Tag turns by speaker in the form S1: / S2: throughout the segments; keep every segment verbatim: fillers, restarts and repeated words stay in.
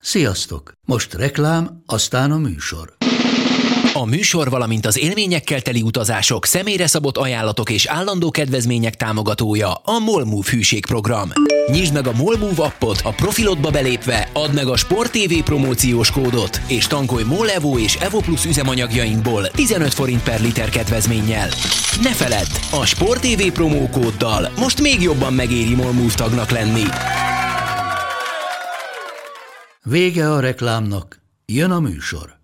S1: Sziasztok! Most reklám, aztán a műsor.
S2: A műsor, valamint az élményekkel teli utazások, személyre szabott ajánlatok és állandó kedvezmények támogatója a MOLMOVE hűségprogram. Nyisd meg a MOLMOVE appot, a profilodba belépve add meg a Sport té vé promóciós kódot, és tankolj MOL Evo és Evo Plus üzemanyagjainkból tizenöt forint per liter kedvezménnyel. Ne feledd, a Sport té vé promókóddal most még jobban megéri MOLMOVE tagnak lenni.
S1: Vége a reklámnak, jön a műsor.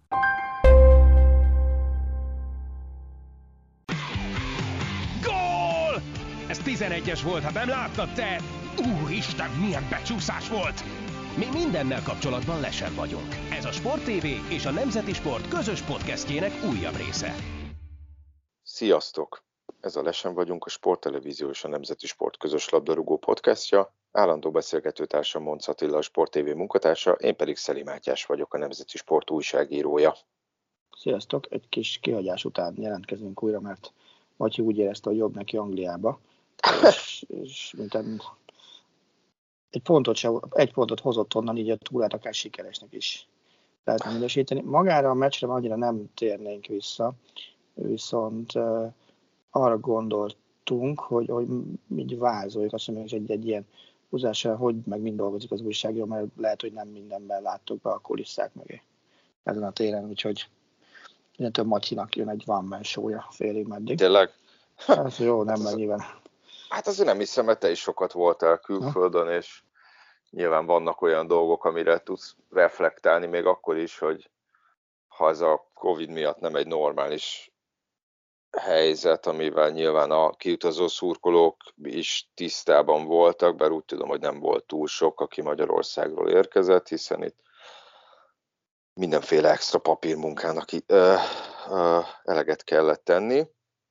S3: Gól! Ez tizenegyes volt, ha nem láttad te! Úristen, milyen becsúszás volt! Mi mindennel kapcsolatban lesen vagyunk. Ez a Sport té vé és a Nemzeti Sport közös podcastjének újabb része.
S4: Sziasztok! Ez a Lesen vagyunk, a Sporttelevízió és a Nemzeti Sport közös labdarúgó podcastja. Állandó beszélgetőtársam Monc Attila, a Sport té vé munkatársa, én pedig Szeli Mátyás vagyok, a Nemzeti Sport újságírója.
S5: Sziasztok! Egy kis kihagyás után jelentkezünk újra, mert Matyi úgy érezte, hogy jobb neki Angliába. és, és mint egy pontot, se, egy pontot hozott onnan, így a túlát akár sikeresnek is lehetne minősíteni. Magára a meccsre annyira nem térnénk vissza, viszont uh, arra gondoltunk, hogy, hogy így vázoljuk azt mondjuk, hogy egy, egy ilyen húzással, hogy meg mind dolgozik az újságíró, mert lehet, hogy nem mindenben láttok be a kulisszák mögé ezen a téren, úgyhogy innentől Matyinak jön egy one-man show-ja félig meddig.
S4: Tényleg?
S5: Hát jó, nem mennyiben.
S4: Hát azért nem hiszem, mert te is sokat voltál külföldön, ha? És nyilván vannak olyan dolgok, amire tudsz reflektálni, még akkor is, hogy ha ez a Covid miatt nem egy normális helyzet, amivel nyilván a kiutazó szurkolók is tisztában voltak, bár úgy tudom, hogy nem volt túl sok, aki Magyarországról érkezett, hiszen itt mindenféle extra papírmunkának ö, ö, eleget kellett tenni.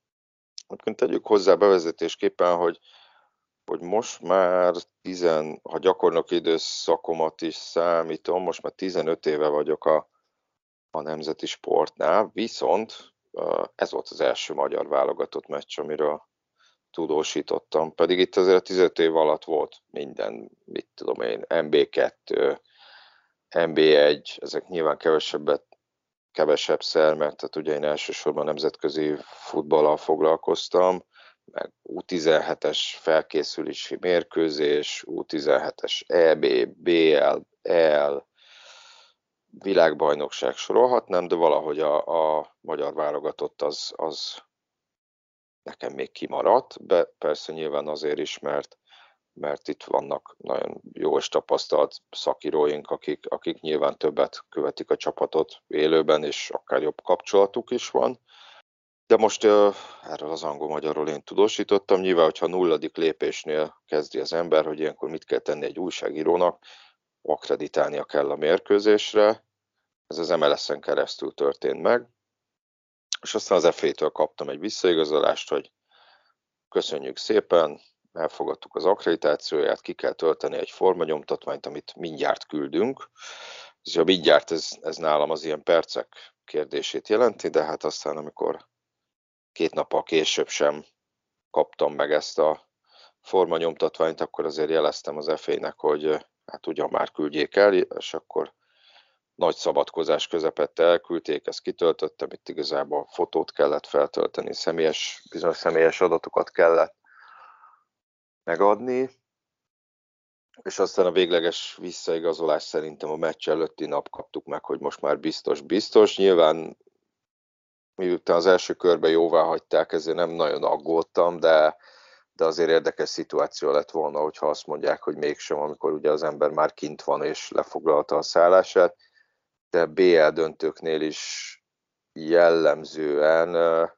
S4: Akkor tegyük hozzá bevezetésképpen, hogy, hogy most már, tizen, ha gyakornoki időszakomat is számítom, most már tizenöt éve vagyok a, a Nemzeti Sportnál, viszont ez volt az első magyar válogatott meccs, amiről tudósítottam. Pedig itt azért a tizenöt év alatt volt minden, mit tudom én, en bé kettő, en bé egy, ezek nyilván kevesebbet, kevesebb szer, mert tehát ugye én elsősorban nemzetközi futballal foglalkoztam, meg u tizenhetes felkészülési mérkőzés, u tizenhetes é bé, bé el, é el, világbajnokság sorolhatnám, de valahogy a, a magyar válogatott az, az nekem még kimaradt, de persze nyilván azért is, mert, mert itt vannak nagyon jó és tapasztalt szakíróink, akik, akik nyilván többet követik a csapatot élőben, és akár jobb kapcsolatuk is van. De most uh, erről az angol-magyarról én tudósítottam, nyilván, hogyha a nulladik lépésnél kezdi az ember, hogy ilyenkor mit kell tenni egy újságírónak, akkreditálnia kell a mérkőzésre, ez az em el es-en keresztül történt meg, és aztán az ef á-től kaptam egy visszaigazolást, hogy köszönjük szépen, elfogadtuk az akkreditációját, ki kell tölteni egy formanyomtatványt, amit mindjárt küldünk. És a mindjárt ez, ez nálam az ilyen percek kérdését jelenti, de hát aztán amikor két nappal később sem kaptam meg ezt a formanyomtatványt, akkor azért jeleztem az ef á-nek, hogy hát ugyan már küldjék el, és akkor nagy szabadkozás közepette elküldték, ezt kitöltöttem, itt igazából fotót kellett feltölteni, személyes, bizonyos személyes adatokat kellett megadni, és aztán a végleges visszaigazolás szerintem a meccs előtti nap kaptuk meg, hogy most már biztos, biztos. Nyilván miután az első körben jóvá hagyták, ezért nem nagyon aggódtam, de, de azért érdekes szituáció lett volna, hogyha azt mondják, hogy mégsem, amikor ugye az ember már kint van és lefoglalta a szállását. De bé el döntőknél is jellemzően,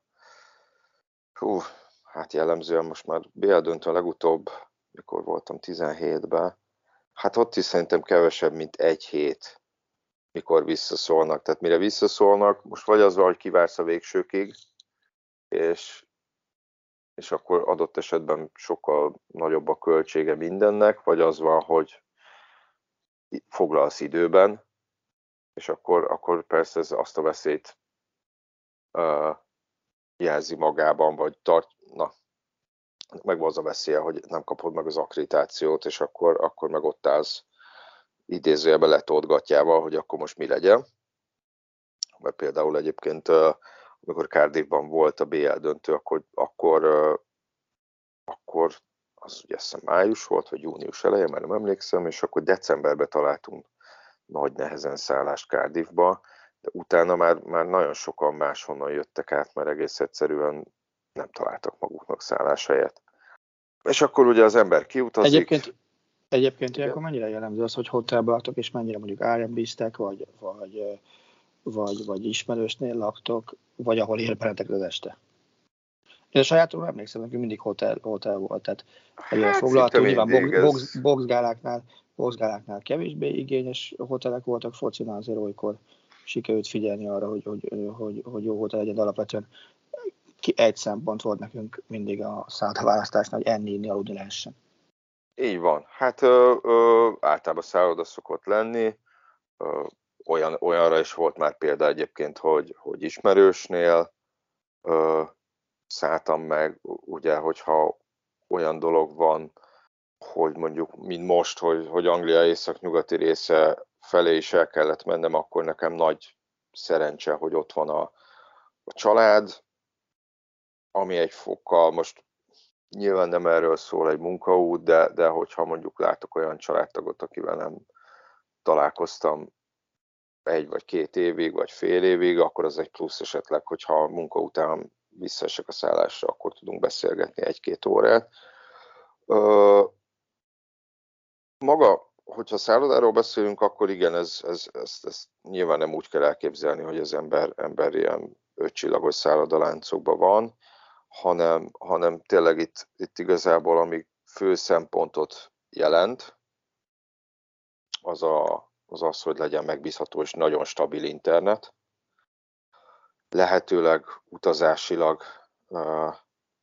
S4: hú, hát jellemzően most már bé el döntő legutóbb, mikor voltam tizenhétben, hát ott is szerintem kevesebb, mint egy hét, mikor visszaszólnak. Tehát mire visszaszólnak, most vagy az van, hogy kivársz a végsőkig, és, és akkor adott esetben sokkal nagyobb a költsége mindennek, vagy az van, hogy foglalsz időben, és akkor, akkor persze ez azt a veszélyt uh, jelzi magában, vagy tart, na, meg az a veszélye, hogy nem kapod meg az akkreditációt, és akkor, akkor meg ott állsz idézőjelben letolt gatyával, hogy akkor most mi legyen. Mert például egyébként, amikor Cardiffban volt a bé el döntő, akkor, akkor, akkor az ugye azt hiszem május volt, vagy június eleje, már nem emlékszem, és akkor decemberben találtunk nagy nehezen szállást Cardiffba, de utána már, már nagyon sokan máshonnan jöttek át, mert egész egyszerűen nem találtak maguknak szálláshelyet. És akkor ugye az ember kiutazik.
S5: Egyébként, egyébként ilyenkor mennyire jellemző az, hogy hotelbe laktok, és mennyire mondjuk er en bé-ztek, vagy, vagy, vagy, vagy ismerősnél laktok, vagy ahol ér bennetek az este? Én a sajátomról emlékszem, hogy mindig hotel, hotel volt, tehát egyre hát, foglaltunk, nyilván box, box, boxgáláknál, boxgáláknál kevésbé igényes hotelek voltak, focinál azért olykor sikerült figyelni arra, hogy, hogy, hogy, hogy jó hotel legyen, de alapvetően egy szempont volt nekünk mindig a szállodaválasztásnál, hogy enni, inni, aludni lehessen.
S4: Így van. Hát ö, ö, általában szálloda szokott lenni, ö, olyan, olyanra is volt már példa egyébként, hogy, hogy ismerősnél ö, szálltam meg, ugye, hogyha olyan dolog van, hogy mondjuk, mint most, hogy, hogy Anglia északnyugati része felé is el kellett mennem, akkor nekem nagy szerencse, hogy ott van a, a család, ami egy fokkal, most nyilván nem erről szól egy munkaút, de, de hogyha mondjuk látok olyan családtagot, akivel nem találkoztam egy vagy két évig, vagy fél évig, akkor az egy plusz esetleg, hogyha a munka után visszaesek a szállásra, akkor tudunk beszélgetni egy-két órát. Ö, maga, hogyha szállodáról beszélünk, akkor igen, ez, ez, ez, ez nyilván nem úgy kell elképzelni, hogy az ember, ember ilyen ötcsillagos szállodaláncokban van, hanem, hanem tényleg itt, itt igazából ami fő szempontot jelent, az, a, az az, hogy legyen megbízható és nagyon stabil internet. Lehetőleg utazásilag uh,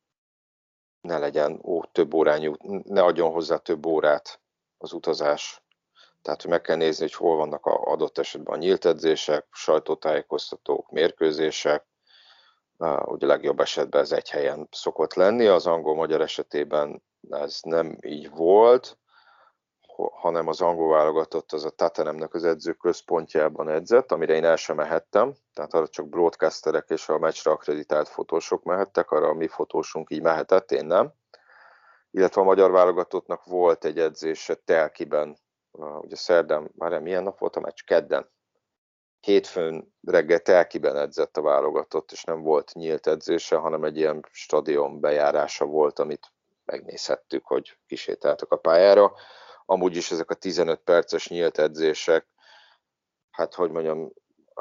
S4: ne legyen ó, több órányi, ne adjon hozzá több órát az utazás. Tehát, hogy meg kell nézni, hogy hol vannak a adott esetben a nyílt edzések, sajtótájékoztatók, mérkőzések. Uh, ugye legjobb esetben ez egy helyen szokott lenni, az angol-magyar esetében ez nem így volt, hanem az angol válogatott az a Tottenhamnek az edzőközpontjában edzett, amire én el sem mehettem, tehát arra csak broadcasterek és a meccsre akkreditált fotósok mehettek, arra a mi fotósunk így mehetett, én nem. Illetve a magyar válogatottnak volt egy edzése Telkiben, uh, ugye szerdán, már milyen nap volt a meccs? Kedden. Hétfőn reggel Telkiben edzett a válogatott, és nem volt nyílt edzése, hanem egy ilyen stadion bejárása volt, amit megnézhettük, hogy kisétáltak a pályára. Amúgy is ezek a tizenöt perces nyílt edzések, hát hogy mondjam,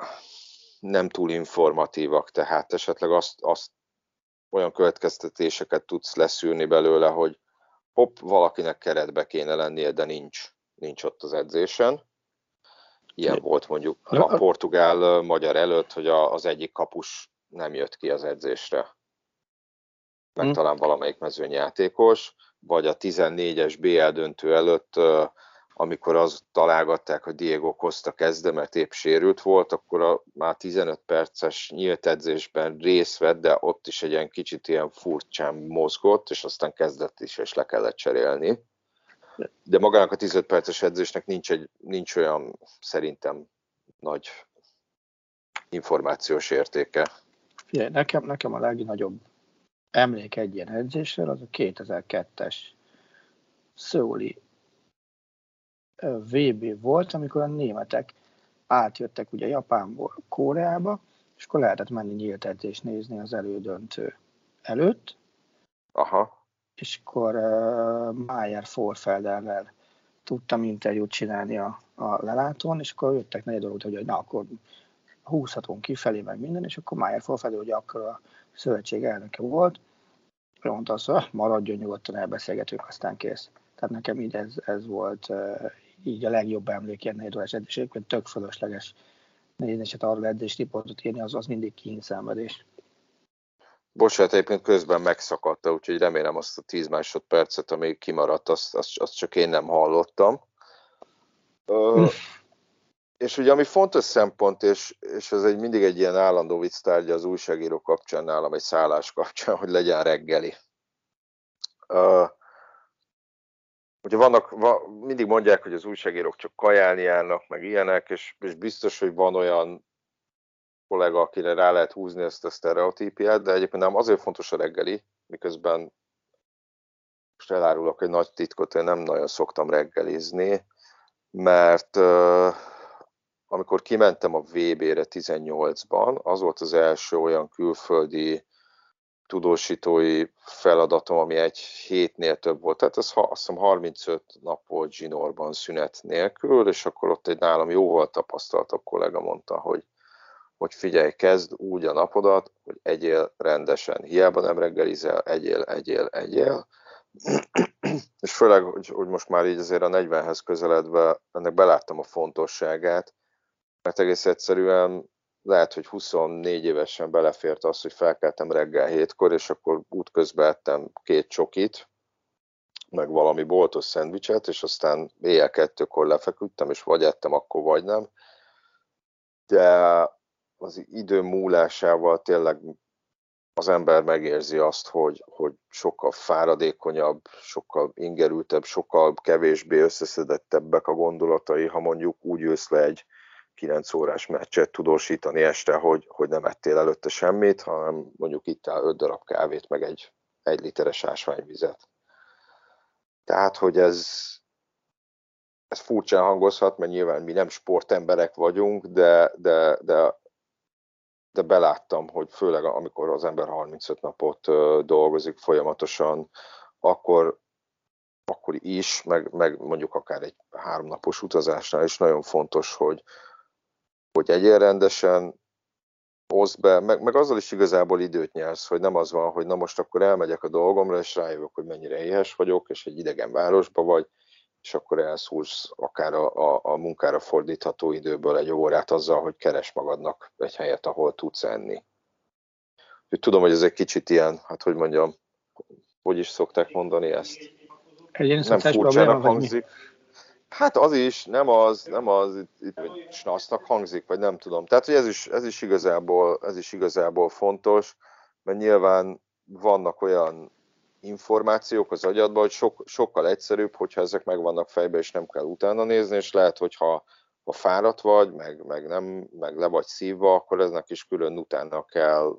S4: nem túl informatívak, tehát esetleg azt, azt olyan következtetéseket tudsz leszűrni belőle, hogy hopp, valakinek keretbe kéne lennie, de nincs, nincs ott az edzésen. Ilyen volt mondjuk a portugál-magyar előtt, hogy az egyik kapus nem jött ki az edzésre. Meg hmm. talán valamelyik mezőnyjátékos, vagy a tizennégyes bé el döntő előtt, amikor azt találgatták, hogy Diego Costa kezdte, mert épp sérült volt, akkor a már tizenöt perces nyílt edzésben részt vett, de ott is egy ilyen kicsit ilyen furcsán mozgott, és aztán kezdett is, és le kellett cserélni. De magának a tizenöt perces edzésnek nincs, egy, nincs olyan szerintem nagy információs értéke.
S5: Figyelj, nekem, nekem a legnagyobb emlék egy ilyen edzésről, az a kétezer-kettes szöuli vé bé volt, amikor a németek átjöttek ugye Japánból Koreába, és akkor lehetett menni nyílt edzést nézni az elődöntő előtt.
S4: Aha.
S5: És akkor uh, Mayer Forfelderrel tudtam interjút csinálni a, a lelátón, és akkor jöttek negyed óra, hogy na, akkor húzhatunk kifelé, meg minden, és akkor Mayer Forfelder, ugye akkor a szövetség elnöke volt, mondta azt, hogy maradjon nyugodtan, elbeszélgetünk, aztán kész. Tehát nekem így ez, ez volt uh, így a legjobb emlék ilyen negyed órás edzés, egyébként tök fölösleges nézni, és hát arról edzés riportot írni, az, az mindig kínszenvedés.
S4: Bocsánat, egyébként közben megszakadta, úgyhogy remélem azt a tíz másodpercet, amíg kimaradt, azt, azt, azt csak én nem hallottam. Ö, és ugye ami fontos szempont, és, és ez egy, mindig egy ilyen állandó vicc tárgya az újságíró kapcsán nálam, egy szállás kapcsán, hogy legyen reggeli. Ö, ugye vannak, va, mindig mondják, hogy az újságírók csak kajálni járnak, meg ilyenek, és, és biztos, hogy van olyan kollega, akire rá lehet húzni ezt a sztereotípiát, de egyébként nem azért fontos a reggeli, miközben most elárulok egy nagy titkot, én nem nagyon szoktam reggelizni, mert uh, amikor kimentem a vé bé-re tizennyolcban, az volt az első olyan külföldi tudósítói feladatom, ami egy hétnél több volt. Tehát ez azt hiszem harmincöt nap volt zsinórban szünet nélkül, és akkor ott egy nálam jóval tapasztaltabb kollega mondta, hogy, hogy figyelj, kezd úgy a napodat, hogy egyél rendesen. Hiába nem reggelizel, egyél, egyél, egyél. És főleg, hogy, hogy most már így azért a negyvenhez közeledve ennek beláttam a fontosságát, mert egész egyszerűen lehet, hogy huszonnégy évesen belefért az, hogy felkeltem reggel hétkor, és akkor útközben ettem két csokit, meg valami boltos szendvicset, és aztán éjjel kettőkor lefeküdtem, és vagy ettem akkor, vagy nem. De az idő múlásával tényleg az ember megérzi azt, hogy, hogy sokkal fáradékonyabb, sokkal ingerültebb, sokkal kevésbé összeszedettebbek a gondolatai, ha mondjuk úgy jössz le egy kilenc órás meccset tudósítani este, hogy, hogy nem ettél előtte semmit, hanem mondjuk ittál öt darab kávét, meg egy egy literes ásványvizet. Tehát, hogy ez, ez furcsán hangozhat, mert nyilván mi nem sportemberek vagyunk, de, de, de, de beláttam, hogy főleg amikor az ember harmincöt napot dolgozik folyamatosan, akkor, akkor is, meg, meg mondjuk akár egy háromnapos utazásnál is nagyon fontos, hogy hogy egyél rendesen, oszd be, meg, meg azzal is igazából időt nyersz, hogy nem az van, hogy na most akkor elmegyek a dolgomra, és rájövök, hogy mennyire éhes vagyok, és egy idegen városba vagy, és akkor elszúrsz akár a, a, a munkára fordítható időből egy órát azzal, hogy keres magadnak egy helyet, ahol tudsz enni. Úgyhogy tudom, hogy ez egy kicsit ilyen, hát hogy mondjam, hogy is szokták mondani ezt?
S5: Egyéni
S4: Nem furcsának hangzik.
S5: Mi?
S4: Hát az is, nem az, nem az, itt, itt snasznak hangzik, vagy nem tudom. Tehát, hogy ez is, ez is igazából, ez is igazából fontos, mert nyilván vannak olyan információk az agyadban, hogy sok, sokkal egyszerűbb, hogyha ezek meg vannak fejbe, és nem kell utána nézni, és lehet, hogyha ha fáradt vagy, meg, meg, nem, meg le vagy szívva, akkor eznek is külön utána kell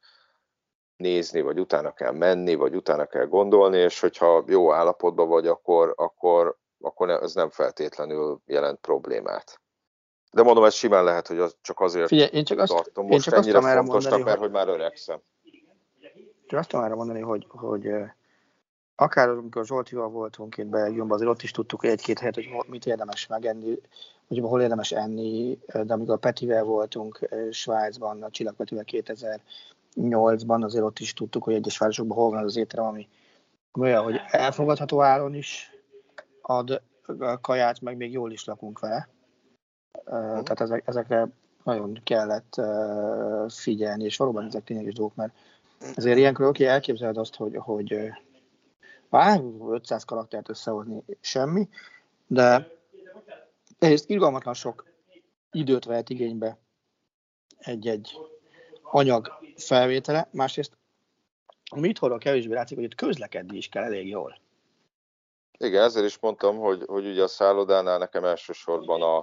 S4: nézni, vagy utána kell menni, vagy utána kell gondolni, és hogyha jó állapotban vagy, akkor, akkor akkor ez nem feltétlenül jelent problémát. De mondom, ez simán lehet, hogy az csak azért
S5: Figyelj, én csak azt,
S4: tartom
S5: én
S4: most
S5: csak
S4: ennyire
S5: azt
S4: fontosnak,
S5: mondani,
S4: mert
S5: hogy,
S4: hogy már öregszem.
S5: Csak azt tudom erre mondani, hogy, hogy akár amikor Zsoltival voltunk itt Belgiumban, azért ott is tudtuk, hogy egy-két helyet, hogy mit érdemes megenni, hogy hol érdemes enni, de amikor Petivel voltunk Svájcban, a Csillag Petivel kétezer-nyolcban, azért ott is tudtuk, hogy egyes városokban hol van az étterem, ami olyan, hogy elfogadható áron is ad kaját, meg még jól is lakunk vele. Uh, tehát ezek, ezekre nagyon kellett uh, figyelni, és valóban ezek tényleges dolgok, mert azért ilyenkor oké, elképzeled azt, hogy, hogy uh, ötszáz karaktert összehozni semmi, de egyrészt irgalmatlan sok időt vehet igénybe egy-egy anyag felvétele, másrészt ami itthonról kevésbé látszik, hogy itt közlekedni is kell elég jól.
S4: Igen, ezért is mondtam, hogy, hogy ugye a szállodánál nekem elsősorban a,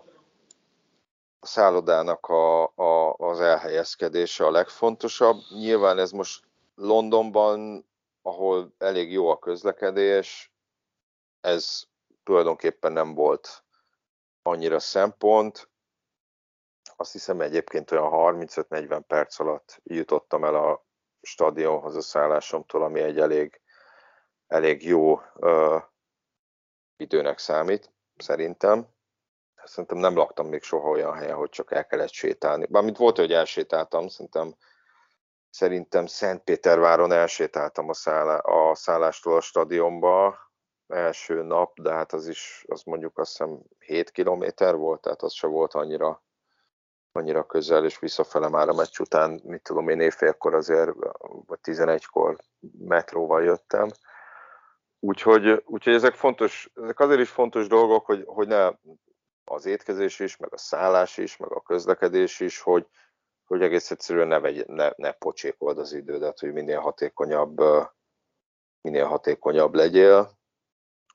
S4: a szállodának a, a, az elhelyezkedése a legfontosabb. Nyilván ez most Londonban, ahol elég jó a közlekedés, ez tulajdonképpen nem volt annyira szempont. Azt hiszem egyébként olyan harmincöt-negyven perc alatt jutottam el a stadionhoz a szállásomtól, ami egy elég, elég jó uh, időnek számít, szerintem. Szerintem nem laktam még soha olyan helyen, hogy csak el kellett sétálni. Bármint volt, hogy elsétáltam, szerintem, szerintem Szentpéterváron elsétáltam a, szállá, a szállástól a stadionba első nap, de hát az is, az mondjuk azt hiszem hét kilométer volt, tehát az se volt annyira, annyira közel, és visszafele már a meccs után, mit tudom én, éjfélkor azért, vagy tizenegykor metróval jöttem. Úgyhogy, úgyhogy ezek fontos, ezek azért is fontos dolgok, hogy, hogy ne az étkezés is, meg a szállás is, meg a közlekedés is, hogy, hogy egész egyszerűen ne, vegy, ne, ne pocsékold az idődet, hogy minél hatékonyabb, minél hatékonyabb legyél.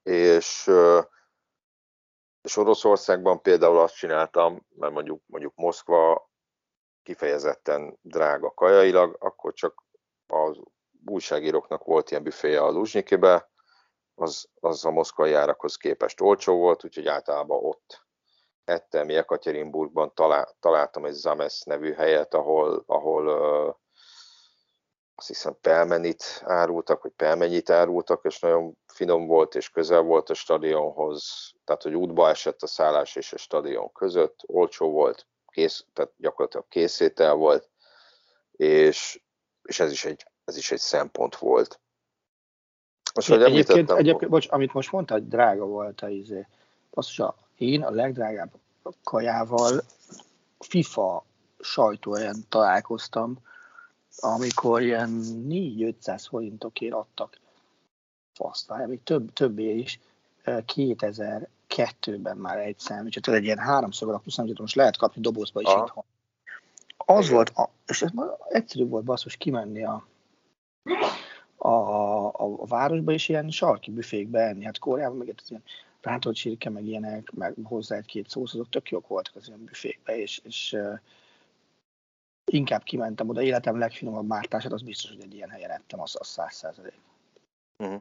S4: és, és Oroszországban például azt csináltam, mert mondjuk, mondjuk Moszkva kifejezetten drága kajailag, akkor csak az újságíróknak volt ilyen büféje a Luzsnyikibe, az, az a moszkvai árakhoz képest olcsó volt, úgyhogy általában ott ettem. Jekaterinburgban talál, találtam egy Zames nevű helyet, ahol, ahol uh, azt hiszem pelmenit árultak, vagy pelmenyit árultak, és nagyon finom volt, és közel volt a stadionhoz, tehát hogy útba esett a szállás és a stadion között, olcsó volt, kész, tehát gyakorlatilag készétel volt, és, és ez, is egy, ez is egy szempont volt.
S5: Most, hogy egyébként, egyébként bocs, amit most mondtad, hogy drága volt a izé. Azt mondja, én a legdrágább kajával FIFA sajtóhelyen találkoztam, amikor ilyen négy-ötszáz forintokért adtak fasztál, még több, többé is, kétezer-kettőben már egy szendvics, tehát egy ilyen háromszög alakú szendvicset most lehet kapni dobozba is itthon. Az volt, a, és ez egyszerű volt basszus kimenni a A, a, a városba is ilyen sarki büfékbe enni. Hát Koreában meg ilyen rántott csirke, meg ilyenek, meg hozzá egy-két szósz, azok tök jók voltak az ilyen büfékbe, és, és uh, inkább kimentem oda, életem legfinomabb mártását, az biztos, hogy egy ilyen helyen ettem, az az száz százalék.
S4: Uh-huh.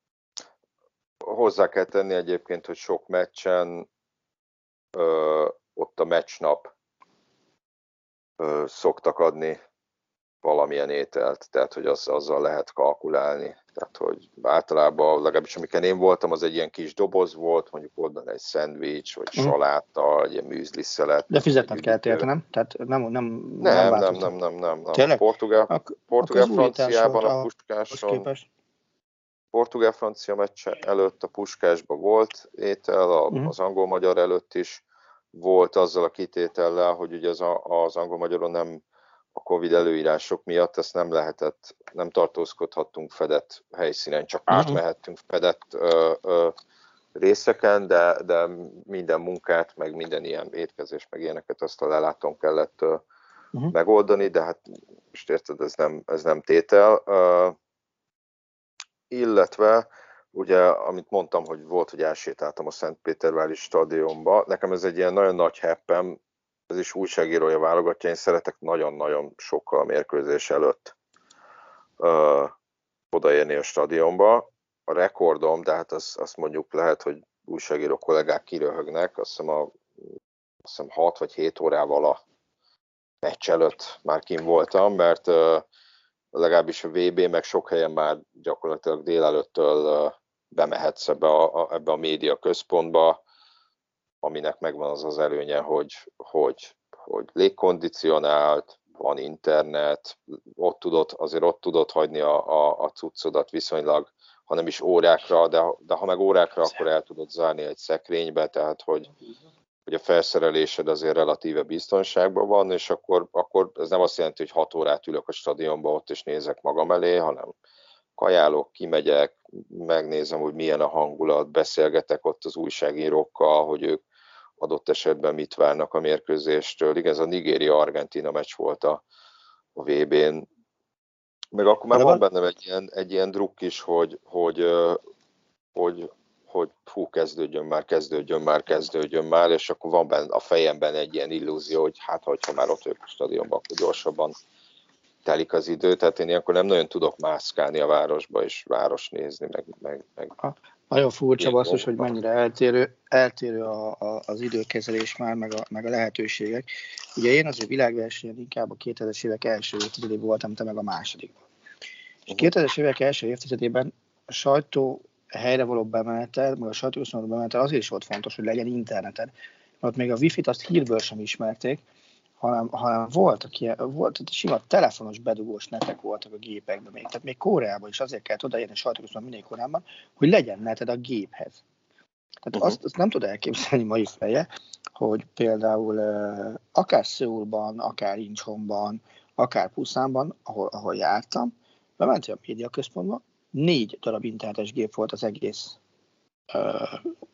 S4: Hozzá kell tenni egyébként, hogy sok meccsen ö, ott a meccsnap ö, szoktak adni valamilyen ételt, tehát hogy az, azzal lehet kalkulálni. Tehát, hogy általában, legalábbis amikor én voltam, az egy ilyen kis doboz volt, mondjuk oda egy szendvics, vagy mm. saláta, egy ilyen műzli szelet.
S5: De fizetned kellett érte, nem? Tehát nem, nem,
S4: nem, nem, nem, nem, nem, nem. Portugál, Ak- Portugál franciában a Puskáson, Portugál-francia meccs előtt a Puskásban volt étel, a, mm. az angol-magyar előtt is volt azzal a kitétellel, hogy ugye az, az angol-magyaron nem a Covid előírások miatt ezt nem lehetett, nem tartózkodhattunk fedett helyszínen, csak uh-huh. átmehettünk fedett ö, ö, részeken, de, de minden munkát, meg minden ilyen étkezés, meg ilyeneket azt a lelátón kellett ö, uh-huh. megoldani, de hát most érted, ez nem, ez nem tétel. Ö, illetve, ugye, amit mondtam, hogy volt, hogy elsétáltam a Szentpétervári stadionba, nekem ez egy ilyen nagyon nagy heppem, ez is újságírója válogatja, én szeretek nagyon-nagyon sokkal a mérkőzés előtt ö, odaérni a stadionba. A rekordom, de hát azt, azt mondjuk lehet, hogy újságíró kollégák kiröhögnek, azt hiszem, a, azt hiszem hat vagy hét órával a meccs előtt már kim voltam, mert ö, legalábbis a vé bé meg sok helyen már gyakorlatilag délelőttől ö, bemehetsz ebbe a, a, ebbe a média központba, aminek megvan az az előnye, hogy, hogy, hogy légkondicionált, van internet, ott tudod, azért ott tudod hagyni a, a, a cuccodat viszonylag, ha nem is órákra, de, de ha meg órákra, akkor el tudod zárni egy szekrénybe, tehát hogy, hogy a felszerelésed azért relatíve biztonságban van, és akkor, akkor ez nem azt jelenti, hogy hat órát ülök a stadionba ott, és nézek magam elé, hanem kajálok, kimegyek, megnézem, hogy milyen a hangulat, beszélgetek ott az újságírókkal, hogy ők adott esetben mit várnak a mérkőzéstől. Igen, ez a Nigéria-Argentína meccs volt a, a vé bén. Meg akkor már van bennem egy ilyen, egy ilyen drukk is, hogy, hogy, hogy, hogy hú, kezdődjön már, kezdődjön már, kezdődjön már, és akkor van benne a fejemben egy ilyen illúzió, hogy hát, hogyha már ott vagyok a stadionban, akkor gyorsabban telik az idő, tehát én ilyenkor nem nagyon tudok mászkálni a városba, és város nézni, meg... meg, meg
S5: nagyon furcsa basszus, hogy mennyire eltérő, eltérő a, a, az időkezelés már, meg a, meg a lehetőségek. Ugye én azért világversenyen inkább a kétezres évek első évtizedében voltam, te meg a másodikban. És a kétezres évek első évtizedében a sajtó helyre való bemenetel, meg a sajtóköszönő bemenetel azért is volt fontos, hogy legyen interneted. Mert még a wifi-t azt hírből sem ismerték, hanem, hanem voltak ilyen, volt, sima telefonos bedugós netek voltak a gépekben még. Tehát még Koreában is azért kellett odaérni, sajtóköszönöm minél korábban, hogy legyen neted a géphez. Tehát uh-huh. azt, azt nem tud elképzelni mai feje, hogy például uh, akár Szöulban, akár Incheonban, akár Puszánban, ahol, ahol jártam, bementél a médiaközpontba, négy darab internetes gép volt az egész uh,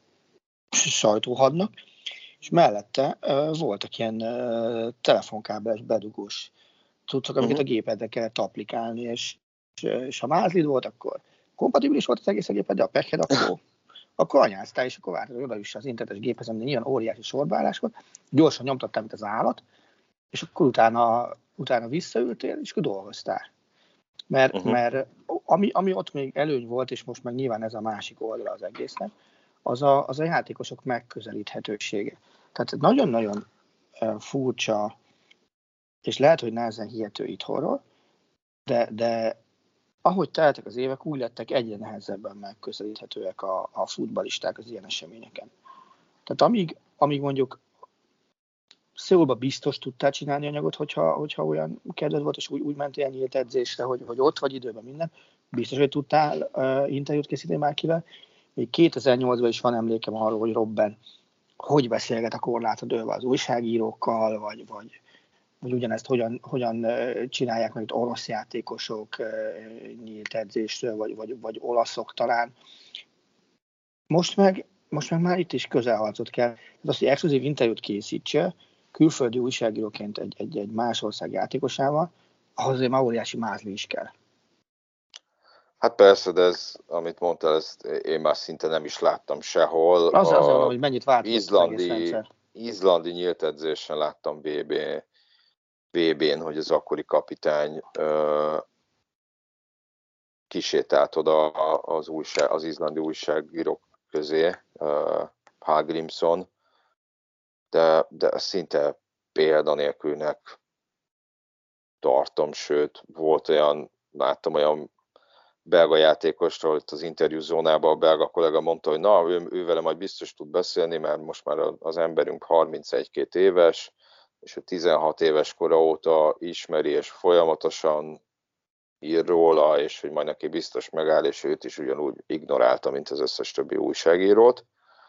S5: sajtóhadnak, és mellette uh, voltak ilyen uh, telefonkábeles bedugós cuccok, amiket uh-huh. a gépedre kellett applikálni, és, és, és ha mázlid volt, akkor kompatibilis volt az egész a géped, de a pekhed, akkor, akkor anyáztál, és akkor vártad, hogy odaüsse az internetes géphez, ami ilyen óriási sorbeállás volt, gyorsan nyomtattál, mint az állat, és akkor utána, utána visszaültél, és akkor dolgoztál. Mert, uh-huh. mert ami, ami ott még előny volt, és most meg nyilván ez a másik oldala az egésznek, az a, az a játékosok megközelíthetősége. Tehát nagyon-nagyon furcsa, és lehet, hogy nehezen hihető itthonról, de, de ahogy teltek az évek, úgy lettek egyre nehezebben megközelíthetőek a, a futballisták az ilyen eseményeken. Tehát amíg, amíg mondjuk Szöulba biztos tudtál csinálni anyagot, hogyha, hogyha olyan kedved volt, és úgy, úgy mentél nyílt edzésre, hogy, hogy ott vagy időben minden, biztos, hogy tudtál uh, interjút készíteni Márkivel. Még kétezer-nyolcban is van emlékem arról, hogy Robben hogy beszélget a korlátodővel az újságírókkal, vagy, vagy, vagy ugyanezt hogyan, hogyan csinálják meg itt orosz játékosok nyílt edzésről, vagy, vagy, vagy olaszok talán. Most meg, most meg már itt is közelharcot kell. Tehát az, hogy exkluzív interjút készítse, külföldi újságíróként egy, egy, egy más ország játékosával, ahhoz azért már óriási mázli is kell.
S4: Hát persze, de ez, amit mondtál, ezt én már szinte nem is láttam sehol.
S5: Az az, mondom, hogy mennyit változott
S4: izlandi,
S5: az egész rendszer.
S4: izlandi nyílt edzésen láttam vé bé, vé bén, hogy az akkori kapitány uh, kisétált oda az, újság, az izlandi újságírók közé, uh, Hallgrímsson, de, de szinte példanélkülnek tartom, sőt, volt olyan, láttam olyan belga játékostól itt az interjúzónában, a belga kollega mondta, hogy na, ő, ő vele majd biztos tud beszélni, mert most már az emberünk harmincegy-két éves, és a tizenhat éves kora óta ismeri, és folyamatosan ír róla, és hogy majd neki biztos megáll, és őt is ugyanúgy ignorálta, mint az összes többi újságírót.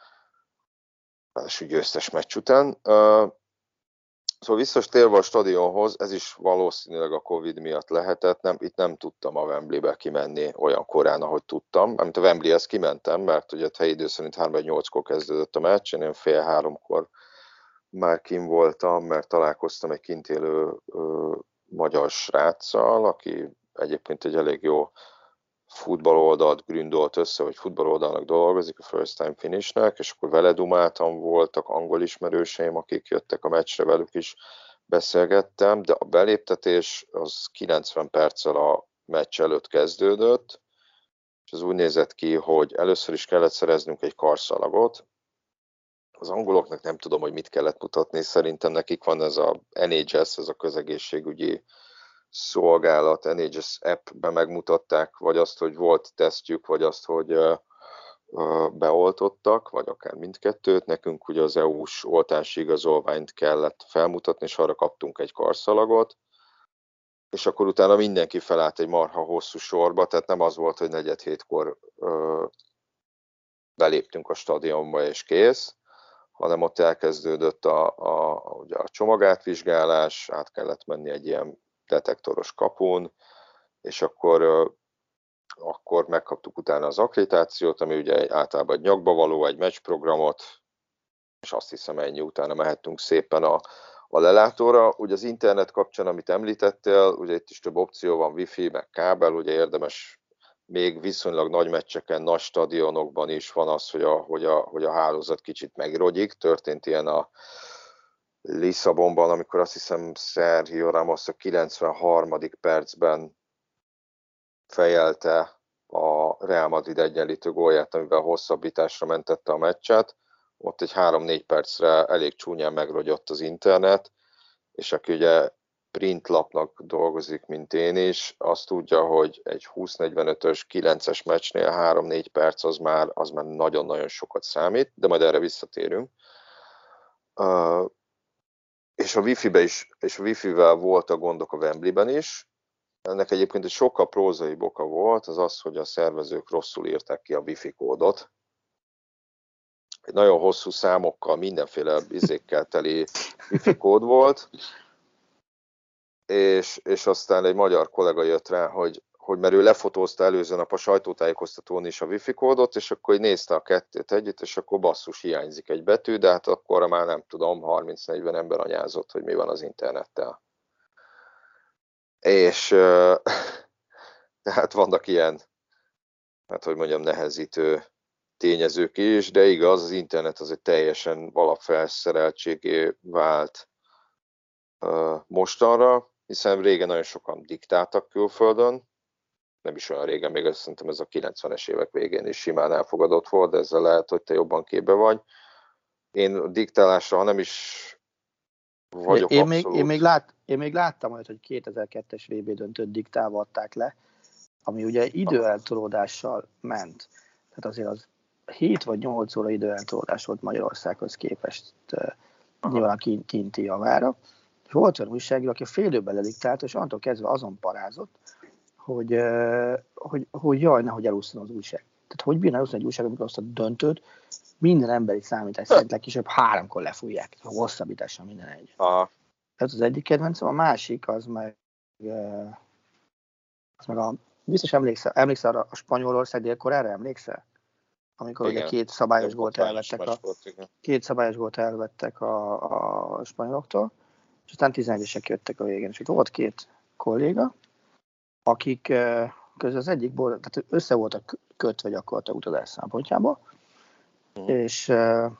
S4: És úgy győztes meccs után. Szóval visszatérve a stadionhoz, ez is valószínűleg a Covid miatt lehetett, nem, itt nem tudtam a Wembleybe kimenni olyan korán, ahogy tudtam. Amit a Wembleyhez kimentem, mert ugye a helyi idő szerint három nyolckor kezdődött a meccs, én fél háromkor már kim voltam, mert találkoztam egy kint élő ö, magyar sráccal, aki egyébként egy elég jó futballoldalt gründolt össze, vagy futballoldalnak dolgozik, a First Time Finishnek, és akkor vele dumáltam, voltak angol ismerőseim, akik jöttek a meccsre, velük is beszélgettem, de a beléptetés az kilencven perccel a meccs előtt kezdődött, és az úgy nézett ki, hogy először is kellett szereznünk egy karszalagot. Az angoloknak nem tudom, hogy mit kellett mutatni, szerintem nekik van ez a en há es, ez a közegészségügyi szolgálat, en há es app-ben megmutatták, vagy azt, hogy volt tesztjük, vagy azt, hogy uh, uh, beoltottak, vagy akár mindkettőt. Nekünk ugye az é u-s oltási igazolványt kellett felmutatni, és arra kaptunk egy karszalagot, és akkor utána mindenki felállt egy marha hosszú sorba, tehát nem az volt, hogy negyed hétkor uh, beléptünk a stadionba és kész, hanem ott elkezdődött a, a, ugye a csomagátvizsgálás, át kellett menni egy ilyen detektoros kapun, és akkor, akkor megkaptuk utána az akkreditációt, ami ugye általában egy nyakba való, egy meccsprogramot, és azt hiszem ennyi, utána mehettünk szépen a, a lelátóra. Ugye az internet kapcsán, amit említettél, ugye itt is több opció van, wifi, meg kábel, ugye érdemes még viszonylag nagy meccseken, nagy stadionokban is van az, hogy a, hogy a, hogy a hálózat kicsit megrogyik. Történt ilyen a Lisszabonban, amikor azt hiszem Sergio Ramos a kilencvenharmadik percben fejelte a Real Madrid egyenlítő gólját, amivel hosszabbításra mentette a meccset. Ott egy három-négy percre elég csúnyán megrogyott az internet, és aki ugye printlapnak dolgozik, mint én is, azt tudja, hogy egy húsz-negyvenötös kilences meccsnél három-négy perc az már, az már nagyon-nagyon sokat számít, de majd erre visszatérünk. Uh, és a wifi-be is, és a wifi-vel volt a gondok a Wembleyben is. Ennek egyébként egy sokkal prózai oka volt, az az, hogy a szervezők rosszul írták ki a wifi kódot. Egy nagyon hosszú számokkal, mindenféle izékkel teli wifi kód volt, és, és aztán egy magyar kollega jött rá, hogy, hogy mert ő lefotózta előző nap a sajtótájékoztatón is a wifi kódot, és akkor így nézte a kettőt együtt, és akkor basszus, hiányzik egy betű, de hát akkor már nem tudom, harminc-negyven ember anyázott, hogy mi van az internettel. És tehát vannak ilyen, hát hogy mondjam, nehezítő tényezők is, de igaz, az internet az egy teljesen alapfelszereltségé vált uh, mostanra, hiszen régen nagyon sokan diktáltak külföldön, nem is olyan régen, még azt szerintem ez a kilencvenes évek végén is simán elfogadott volt, de ezzel lehet, hogy te jobban képbe vagy. Én a diktálásra, ha nem is vagyok
S5: én
S4: abszolút...
S5: Még, én, még lát, én még láttam olyat, hogy kétezer-kettes vé bé döntőt diktálva adták le, ami ugye időeltolódással ment. Tehát azért az hét vagy nyolc óra időeltolódás volt Magyarországhoz képest uh, nyilván a kinti javára. És volt olyan újságíró, aki a fél időben lediktált, és antól kezdve azon parázott, hogy, uh, hogy, hogy jaj, nehogy elúszson az újság. Tehát hogy bírna elúszson egy újság, amikor azt a döntőt minden emberi számítás szerint legkisebb háromkor lefújják, a hosszabbítással minden egy.
S4: Aha.
S5: Ez az egyik kedvencem, a másik az meg, uh, az meg a, biztos emlékszel, emlékszel arra a Spanyolország délkorára, emlékszel? Amikor igen. Ugye két szabályos gólt elvettek, a, volt, két szabályos gólt elvettek a, a spanyoloktól, és aztán tizenegyesek jöttek a végén. És itt volt két kolléga, akik közül az egyik, tehát össze voltak kötve gyakorlatilag utazás szempontjából, hmm. és,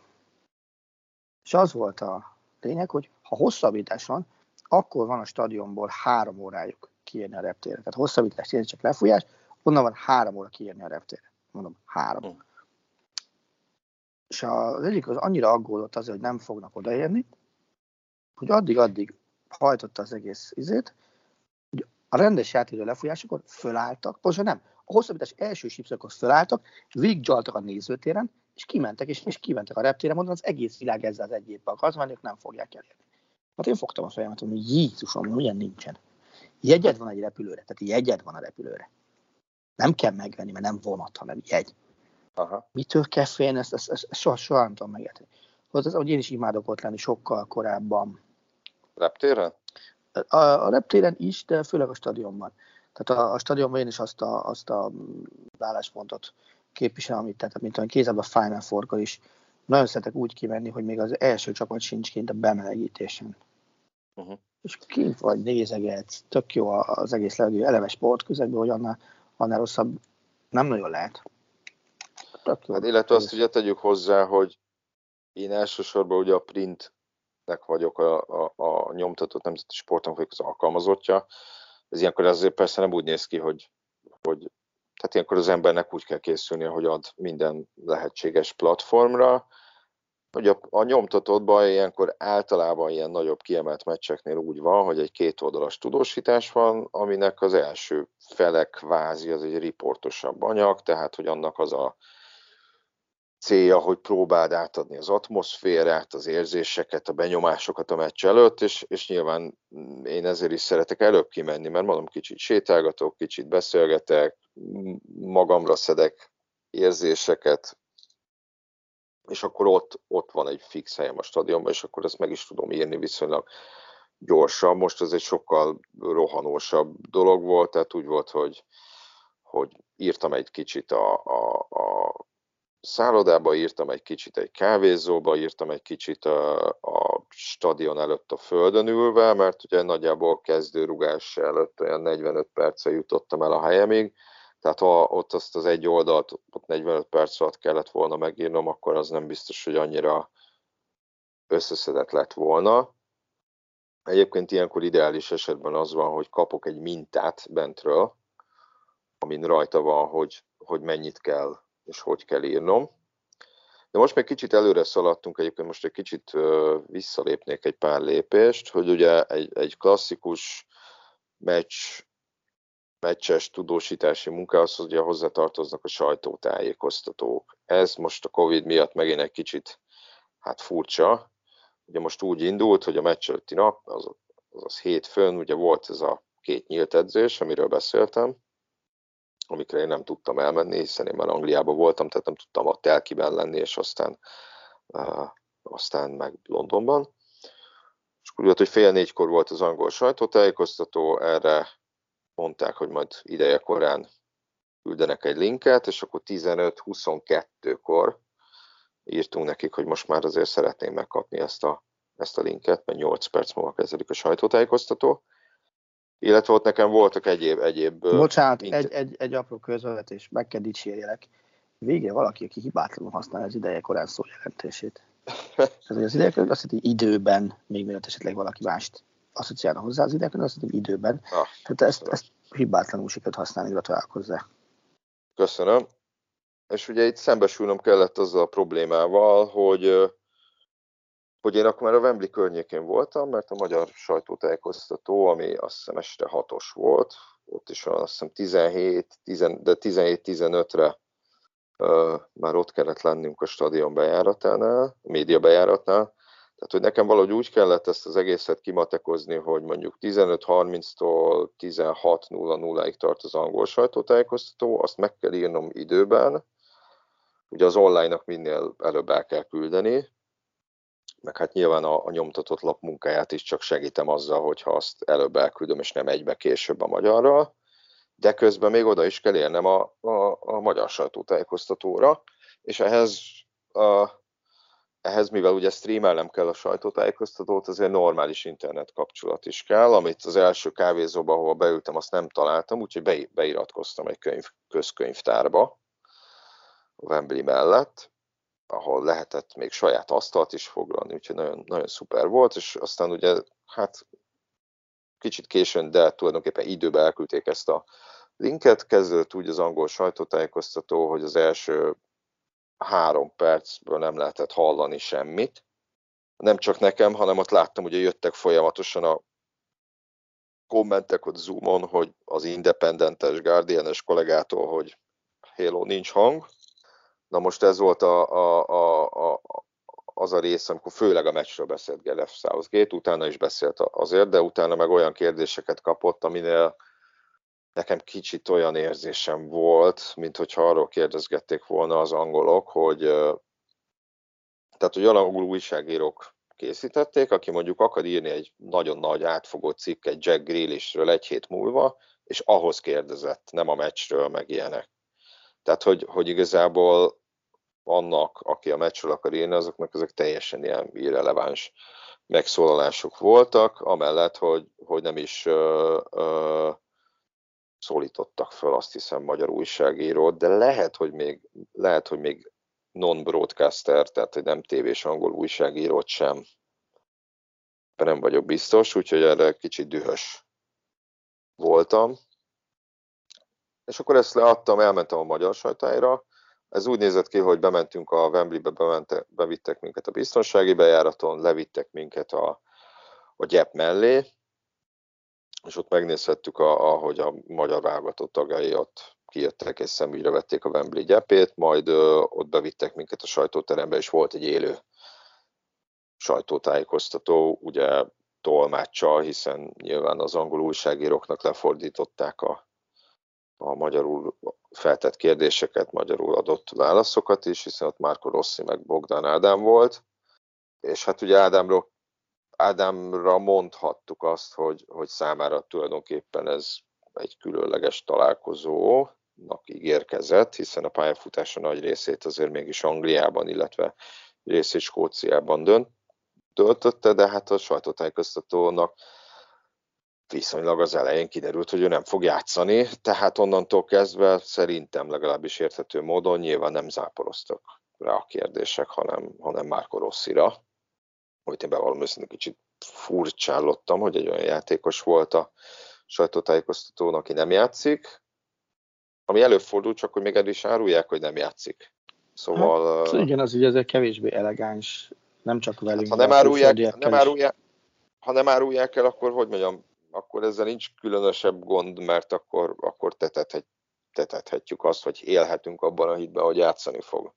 S5: és az volt a lényeg, hogy ha hosszabbítás van, akkor van a stadionból három órájuk kiérni a reptérre. Tehát hosszabbítás, tényleg csak lefújás, onnan van három óra kiérni a reptérre. Mondom, három. Hmm. És az egyik az annyira aggódott azért, hogy nem fognak odaérni, hogy addig-addig hajtotta az egész izét, hogy a rendes játékidő lefújásakor fölálltak, pontosan nem, a hosszabbítás első sípszakor fölálltak, végiggyaltak a nézőtéren, és kimentek, és, és kimentek a reptére, mondom, az egész világ ezzel az egy évben akar, mert ők nem fogják elérni. Hát én fogtam a fejemet, hogy Jézusom, milyen nincsen. Jegyed van egy repülőre, tehát jegyed van a repülőre. Nem kell megvenni, mert nem vonat, hanem jegy. Aha. Mitől kell félni, ezt, ezt, ezt, ezt soha, soha nem tudom megérteni. Az, ahogy én is imádok ott lenni sokkal korábban.
S4: Reptéren?
S5: A, a reptéren is, de főleg a stadionban. Tehát a, a stadionban én is azt a, azt a álláspontot képviselem, amit tehát, mint olyan kézzel a Final Four-kor is. Nagyon szeretek úgy kimenni, hogy még az első csapat sincs kint a bemelegítésen. Uh-huh. És kint vagy, nézegetsz, tök jó az egész levegő, eleve sportközegben, hogy annál, annál rosszabb nem nagyon lehet.
S4: Hát illetve azt ugye tegyük hozzá, hogy én elsősorban ugye a printnek vagyok, a, a, a nyomtatott nemzeti sportnak vagyok az alkalmazottja. Ez ilyenkor azért persze nem úgy néz ki, hogy, hogy tehát ilyenkor az embernek úgy kell készülnie, hogy ad minden lehetséges platformra. Hogy a, a nyomtatottban ilyenkor általában ilyen nagyobb kiemelt meccseknél úgy van, hogy egy kétoldalas tudósítás van, aminek az első fele kvázi az egy riportosabb anyag, tehát hogy annak az a célja, hogy próbáld átadni az atmoszférát, az érzéseket, a benyomásokat a meccs előtt, és, és nyilván én ezért is szeretek előbb kimenni, mert mondom, kicsit sétálgatok, kicsit beszélgetek, magamra szedek érzéseket, és akkor ott, ott van egy fix helyem a stadionban, és akkor ezt meg is tudom írni viszonylag gyorsan. Most ez egy sokkal rohanósabb dolog volt, tehát úgy volt, hogy, hogy írtam egy kicsit a, a, a szállodába, írtam egy kicsit egy kávézóba, írtam egy kicsit a, a stadion előtt a földön ülve, mert ugye nagyjából kezdőrugás előtt olyan negyvenöt perccel jutottam el a helyemig, tehát ha ott azt az egy oldalt ott negyvenöt perc alatt kellett volna megírnom, akkor az nem biztos, hogy annyira összeszedett lett volna. Egyébként ilyenkor ideális esetben az van, hogy kapok egy mintát bentről, amin rajta van, hogy, hogy mennyit kell és hogy kell írnom. De most még kicsit előre szaladtunk, egyébként most egy kicsit uh, visszalépnék egy pár lépést, hogy ugye egy, egy klasszikus meccs, meccses tudósítási munkához ugye hozzátartoznak a sajtótájékoztatók. Ez most a Covid miatt megint egy kicsit hát furcsa. Ugye most úgy indult, hogy a meccs előtti nap, az, azaz hétfőn, ugye volt ez a két nyílt edzés, amiről beszéltem, amikre én nem tudtam elmenni, hiszen én már Angliában voltam, tehát nem tudtam ott Telkiben lenni, és aztán, uh, aztán meg Londonban. És akkor volt, hogy fél négykor volt az angol sajtótájékoztató, erre mondták, hogy majd ideje korán küldenek egy linket, és akkor tizenöt huszonkettőkor írtunk nekik, hogy most már azért szeretném megkapni ezt a, ezt a linket, mert nyolc perc múlva kezdődik a sajtótájékoztató. Illetve ott nekem voltak egyéb... egyéb
S5: Bocsánat, egy, egy, egy apró közvetés, meg kell dicsérjelek. Végre valaki, aki hibátlanul használja az ideje korán szó jelentését. Tehát az ideje azt jelenti, hogy időben, még mielőtt esetleg valaki mást asszociálna hozzá az ideje, azt jelenti, hogy időben.
S4: Ah,
S5: Tehát ezt, ezt hibátlanul sikerült használni, gratulálok hozzá.
S4: Köszönöm. És ugye itt szembesülnöm kellett azzal a problémával, hogy, hogy én akkor már a Wembley környékén voltam, mert a magyar sajtótájékoztató, ami azt hiszem este hatos volt, ott is van azt hiszem tizenhét, de tizenhét tizenötre uh, már ott kellett lennünk a stadion bejáratánál, a média bejáratnál. Tehát, hogy nekem valahogy úgy kellett ezt az egészet kimatekozni, hogy mondjuk tizenöt harminctól tizenhat nulla nulláig tart az angol sajtótájékoztató, azt meg kell írnom időben, ugye az online-nak minél előbb el kell küldeni, meg hát nyilván a, a nyomtatott lap munkáját is csak segítem azzal, hogyha azt előbb elküldöm, és nem egybe később a magyarra, de közben még oda is kell érnem a, a, a magyar sajtótájékoztatóra, és ehhez, a, ehhez, mivel ugye streamelnem kell a sajtótájékoztatót, azért normális internet kapcsolat is kell, amit az első kávézóba, ahol beültem, azt nem találtam, úgyhogy be, beiratkoztam egy könyv, közkönyvtárba, a Wembley mellett, ahol lehetett még saját asztalt is foglalni, úgyhogy nagyon, nagyon szuper volt, és aztán ugye, hát kicsit későn, de tulajdonképpen időben elküldték ezt a linket, kezdődött úgy az angol sajtótájékoztató, hogy az első három percből nem lehetett hallani semmit. Nem csak nekem, hanem ott láttam, hogy jöttek folyamatosan a kommentek ott Zoomon, hogy az Independentes, Guardian-es kollégától, hogy hello, nincs hang. Na most ez volt a, a, a, a, az a rész, amikor főleg a meccsről beszélt Gareth Southgate, utána is beszélt azért, de utána meg olyan kérdéseket kapott, aminél nekem kicsit olyan érzésem volt, mint hogyha arról kérdezgették volna az angolok, hogy tehát, hogy olyan angol újságírók készítették, aki mondjuk akar írni egy nagyon nagy átfogó cikket Jack Grealishről egy hét múlva, és ahhoz kérdezett, nem a meccsről, meg ilyenek. Tehát, hogy, hogy igazából annak, aki a meccsről akar írni, azoknak ezek teljesen ilyen irreleváns megszólalások voltak, amellett, hogy, hogy nem is ö, ö, szólítottak föl, azt hiszem, magyar újságírót, de lehet, hogy még, lehet, hogy még non-broadcaster, tehát egy nem tévés angol újságírót sem. De nem vagyok biztos, úgyhogy erre kicsit dühös voltam. És akkor ezt leadtam, elmentem a magyar sajtára. Ez úgy nézett ki, hogy bementünk a Wembleybe, bemente, bevittek minket a biztonsági bejáraton, levittek minket a, a gyep mellé, és ott megnézhettük, a, ahogy a magyar válogatott tagjai ott kijöttek és szemügyre vették a Wembley gyepét, majd ö, ott bevittek minket a sajtóterembe, és volt egy élő sajtótájékoztató, ugye tolmáccsal, hiszen nyilván az angol újságíróknak lefordították a a magyarul feltett kérdéseket, magyarul adott válaszokat is, hiszen ott Marco Rossi meg Bogdan Ádám volt, és hát ugye Ádámról, Ádámra mondhattuk azt, hogy, hogy számára tulajdonképpen ez egy különleges találkozónak ígérkezett, hiszen a pályafutása nagy részét azért mégis Angliában, illetve részét Skóciában dönt, töltötte, de hát a sajtótájékoztatónak viszonylag az elején kiderült, hogy ő nem fog játszani, tehát onnantól kezdve szerintem legalábbis érthető módon nyilván nem záporoztak rá a kérdések, hanem, hanem Marco Rossira. Hogy én bevallom őszintén kicsit furcsállottam, hogy egy olyan játékos volt a sajtótájékoztatón, aki nem játszik, ami előfordul, csak hogy még el is árulják, hogy nem játszik. Szóval...
S5: Hát, igen, az ugye azért kevésbé elegáns, nem csak velünk.
S4: Hát, ha nem árulják, nem árulják, ha nem árulják el, akkor hogy mondjam, akkor ezzel nincs különösebb gond, mert akkor, akkor tetethet, tetethetjük azt, hogy élhetünk abban a hitben, hogy játszani fog.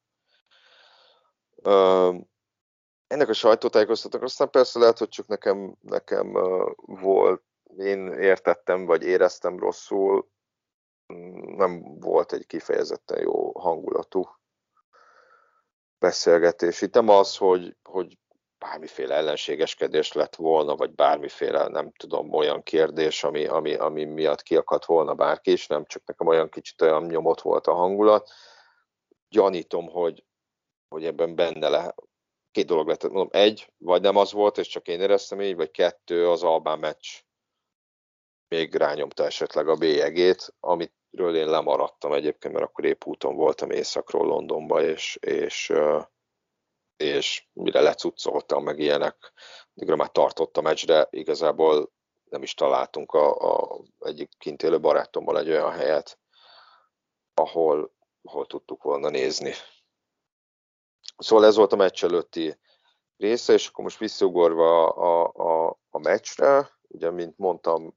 S4: Uh, ennek a sajtótájékoztatók aztán persze lehet, hogy csak nekem, nekem uh, volt, én értettem, vagy éreztem rosszul, nem volt egy kifejezetten jó hangulatú beszélgetés. Itt nem az, hogy, hogy bármiféle ellenségeskedés lett volna, vagy bármiféle, nem tudom, olyan kérdés, ami, ami, ami miatt kiakadt volna bárki is, nem csak nekem olyan kicsit olyan nyomott volt a hangulat. Gyanítom, hogy, hogy ebben benne lehet. Két dolog lett, mondom, egy, vagy nem az volt, és csak én éreztem így, vagy kettő, az albán meccs még rányomta esetleg a bélyegét, amit ről én lemaradtam egyébként, mert akkor épp úton voltam északról Londonba, és, és, és mire lecuccoltam meg ilyenek, addigra már tartott a meccs, de igazából nem is találtunk a, a egyik kint élő barátommal egy olyan helyet, ahol, ahol tudtuk volna nézni. Szóval ez volt a meccs előtti része, és akkor most visszaugorva a, a, a meccsre, ugye, mint mondtam,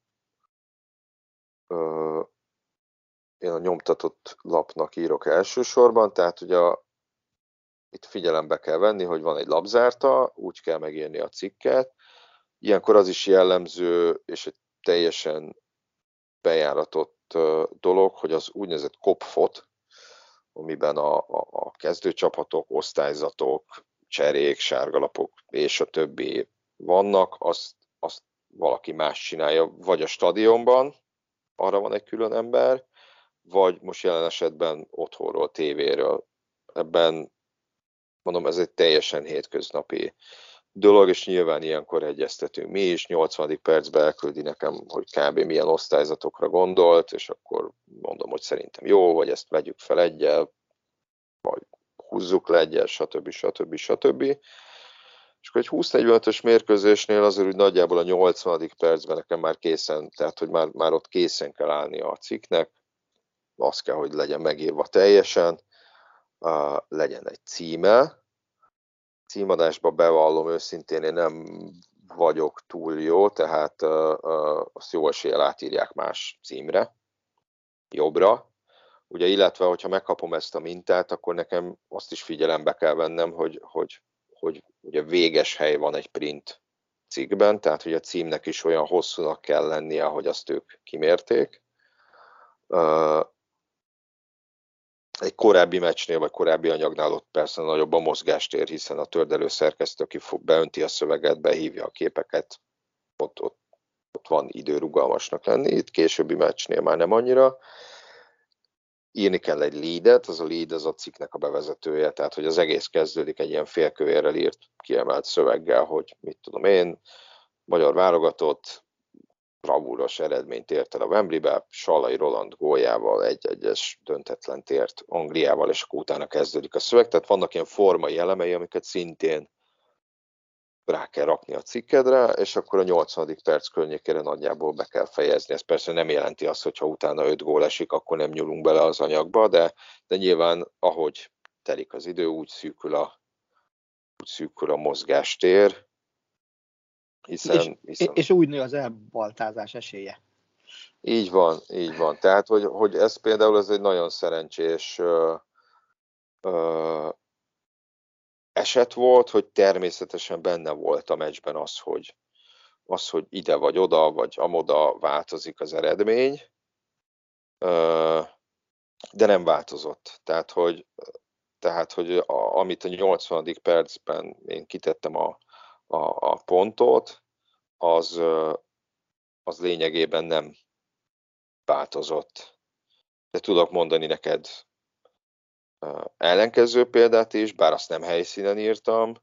S4: ö, én a nyomtatott lapnak írok elsősorban, tehát ugye a, itt figyelembe kell venni, hogy van egy lapzárta, úgy kell megírni a cikket. Ilyenkor az is jellemző, és egy teljesen bejáratott dolog, hogy az úgynevezett kopfot, amiben a, a, a kezdőcsapatok, osztályzatok, cserék, sárgalapok és a többi vannak, azt, azt valaki más csinálja, vagy a stadionban, arra van egy külön ember, vagy most jelen esetben otthonról, tévéről. Ebben, mondom, ez egy teljesen hétköznapi dolog, és nyilván ilyenkor egyeztetünk mi is, nyolcvadik percben elküldi nekem, hogy kb. Milyen osztályzatokra gondolt, és akkor mondom, hogy szerintem jó, vagy ezt vegyük fel egyel, vagy húzzuk le egyel, stb. stb. stb. És akkor egy húsz-negyvenötös mérkőzésnél azért úgy nagyjából a nyolcvadik percben nekem már készen, tehát hogy már, már ott készen kell állni a cikknek, az kell, hogy legyen megírva teljesen, uh, legyen egy címe. Címadásba bevallom őszintén, én nem vagyok túl jó, tehát uh, uh, azt jó eséllyel átírják más címre, jobbra. Ugye, illetve, hogyha megkapom ezt a mintát, akkor nekem azt is figyelembe kell vennem, hogy, hogy, hogy ugye véges hely van egy print cikkben, tehát hogy a címnek is olyan hosszúnak kell lennie, ahogy azt ők kimérték. Uh, Egy korábbi meccsnél, vagy korábbi anyagnál ott persze nagyobb a mozgástér, hiszen a tördelő szerkesztő, aki fog beönti a szöveget, behívja a képeket, ott, ott, ott van idő rugalmasnak lenni, itt későbbi meccsnél már nem annyira. Írni kell egy leadet, az a lead az a cikknek a bevezetője, tehát hogy az egész kezdődik egy ilyen félkövérrel írt kiemelt szöveggel, hogy mit tudom én, magyar válogatott, bravúros eredményt ért el a Wembleybe, Sallai Roland góljával egy-egyes döntetlen tért Angliával, és akkor utána kezdődik a szöveg. Tehát vannak ilyen formai elemei, amiket szintén rá kell rakni a cikkedre, és akkor a nyolcvadik perc környékére nagyjából be kell fejezni. Ez persze nem jelenti azt, hogy ha utána öt gól esik, akkor nem nyúlunk bele az anyagba, de, de nyilván ahogy telik az idő, úgy szűkül a, úgy szűkül a mozgástér. Hiszen,
S5: és,
S4: hiszen...
S5: és úgy nő az elbaltázás esélye.
S4: Így van, így van. Tehát, hogy, hogy ez például ez egy nagyon szerencsés ö, ö, eset volt, hogy természetesen benne volt a meccsben az, hogy, az, hogy ide vagy oda, vagy amoda változik az eredmény, ö, de nem változott. Tehát, hogy, tehát, hogy a, amit a nyolcvanadik percben én kitettem a, a, a pontot, az, az lényegében nem változott. De tudok mondani neked ellenkező példát is, bár azt nem helyszínen írtam.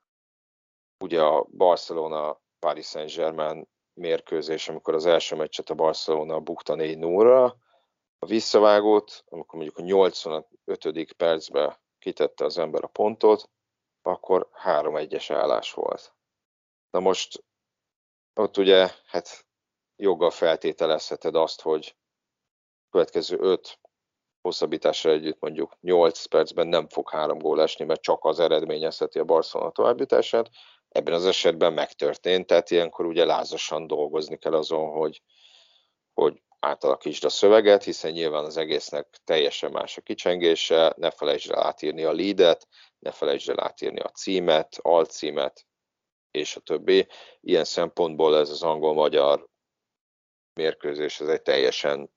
S4: Ugye a Barcelona-Paris Saint-Germain mérkőzés, amikor az első meccset a Barcelona bukta négy nullra, a visszavágót, amikor mondjuk a nyolcvanötödik percben kitette az ember a pontot, akkor három egyes állás volt. Na most ott ugye, hát joggal feltételezheted azt, hogy a következő öt hosszabbításra együtt mondjuk nyolc percben nem fog három gól esni, mert csak az eredményezheti a Barcelona továbbjutását. Ebben az esetben megtörtént, tehát ilyenkor ugye lázasan dolgozni kell azon, hogy, hogy átalakítsd a szöveget, hiszen nyilván az egésznek teljesen más a kicsengése, ne felejtsd el átírni a leadet, ne felejtsd el átírni a címet, alcímet, és a többi. Ilyen szempontból ez az angol-magyar mérkőzés, ez egy teljesen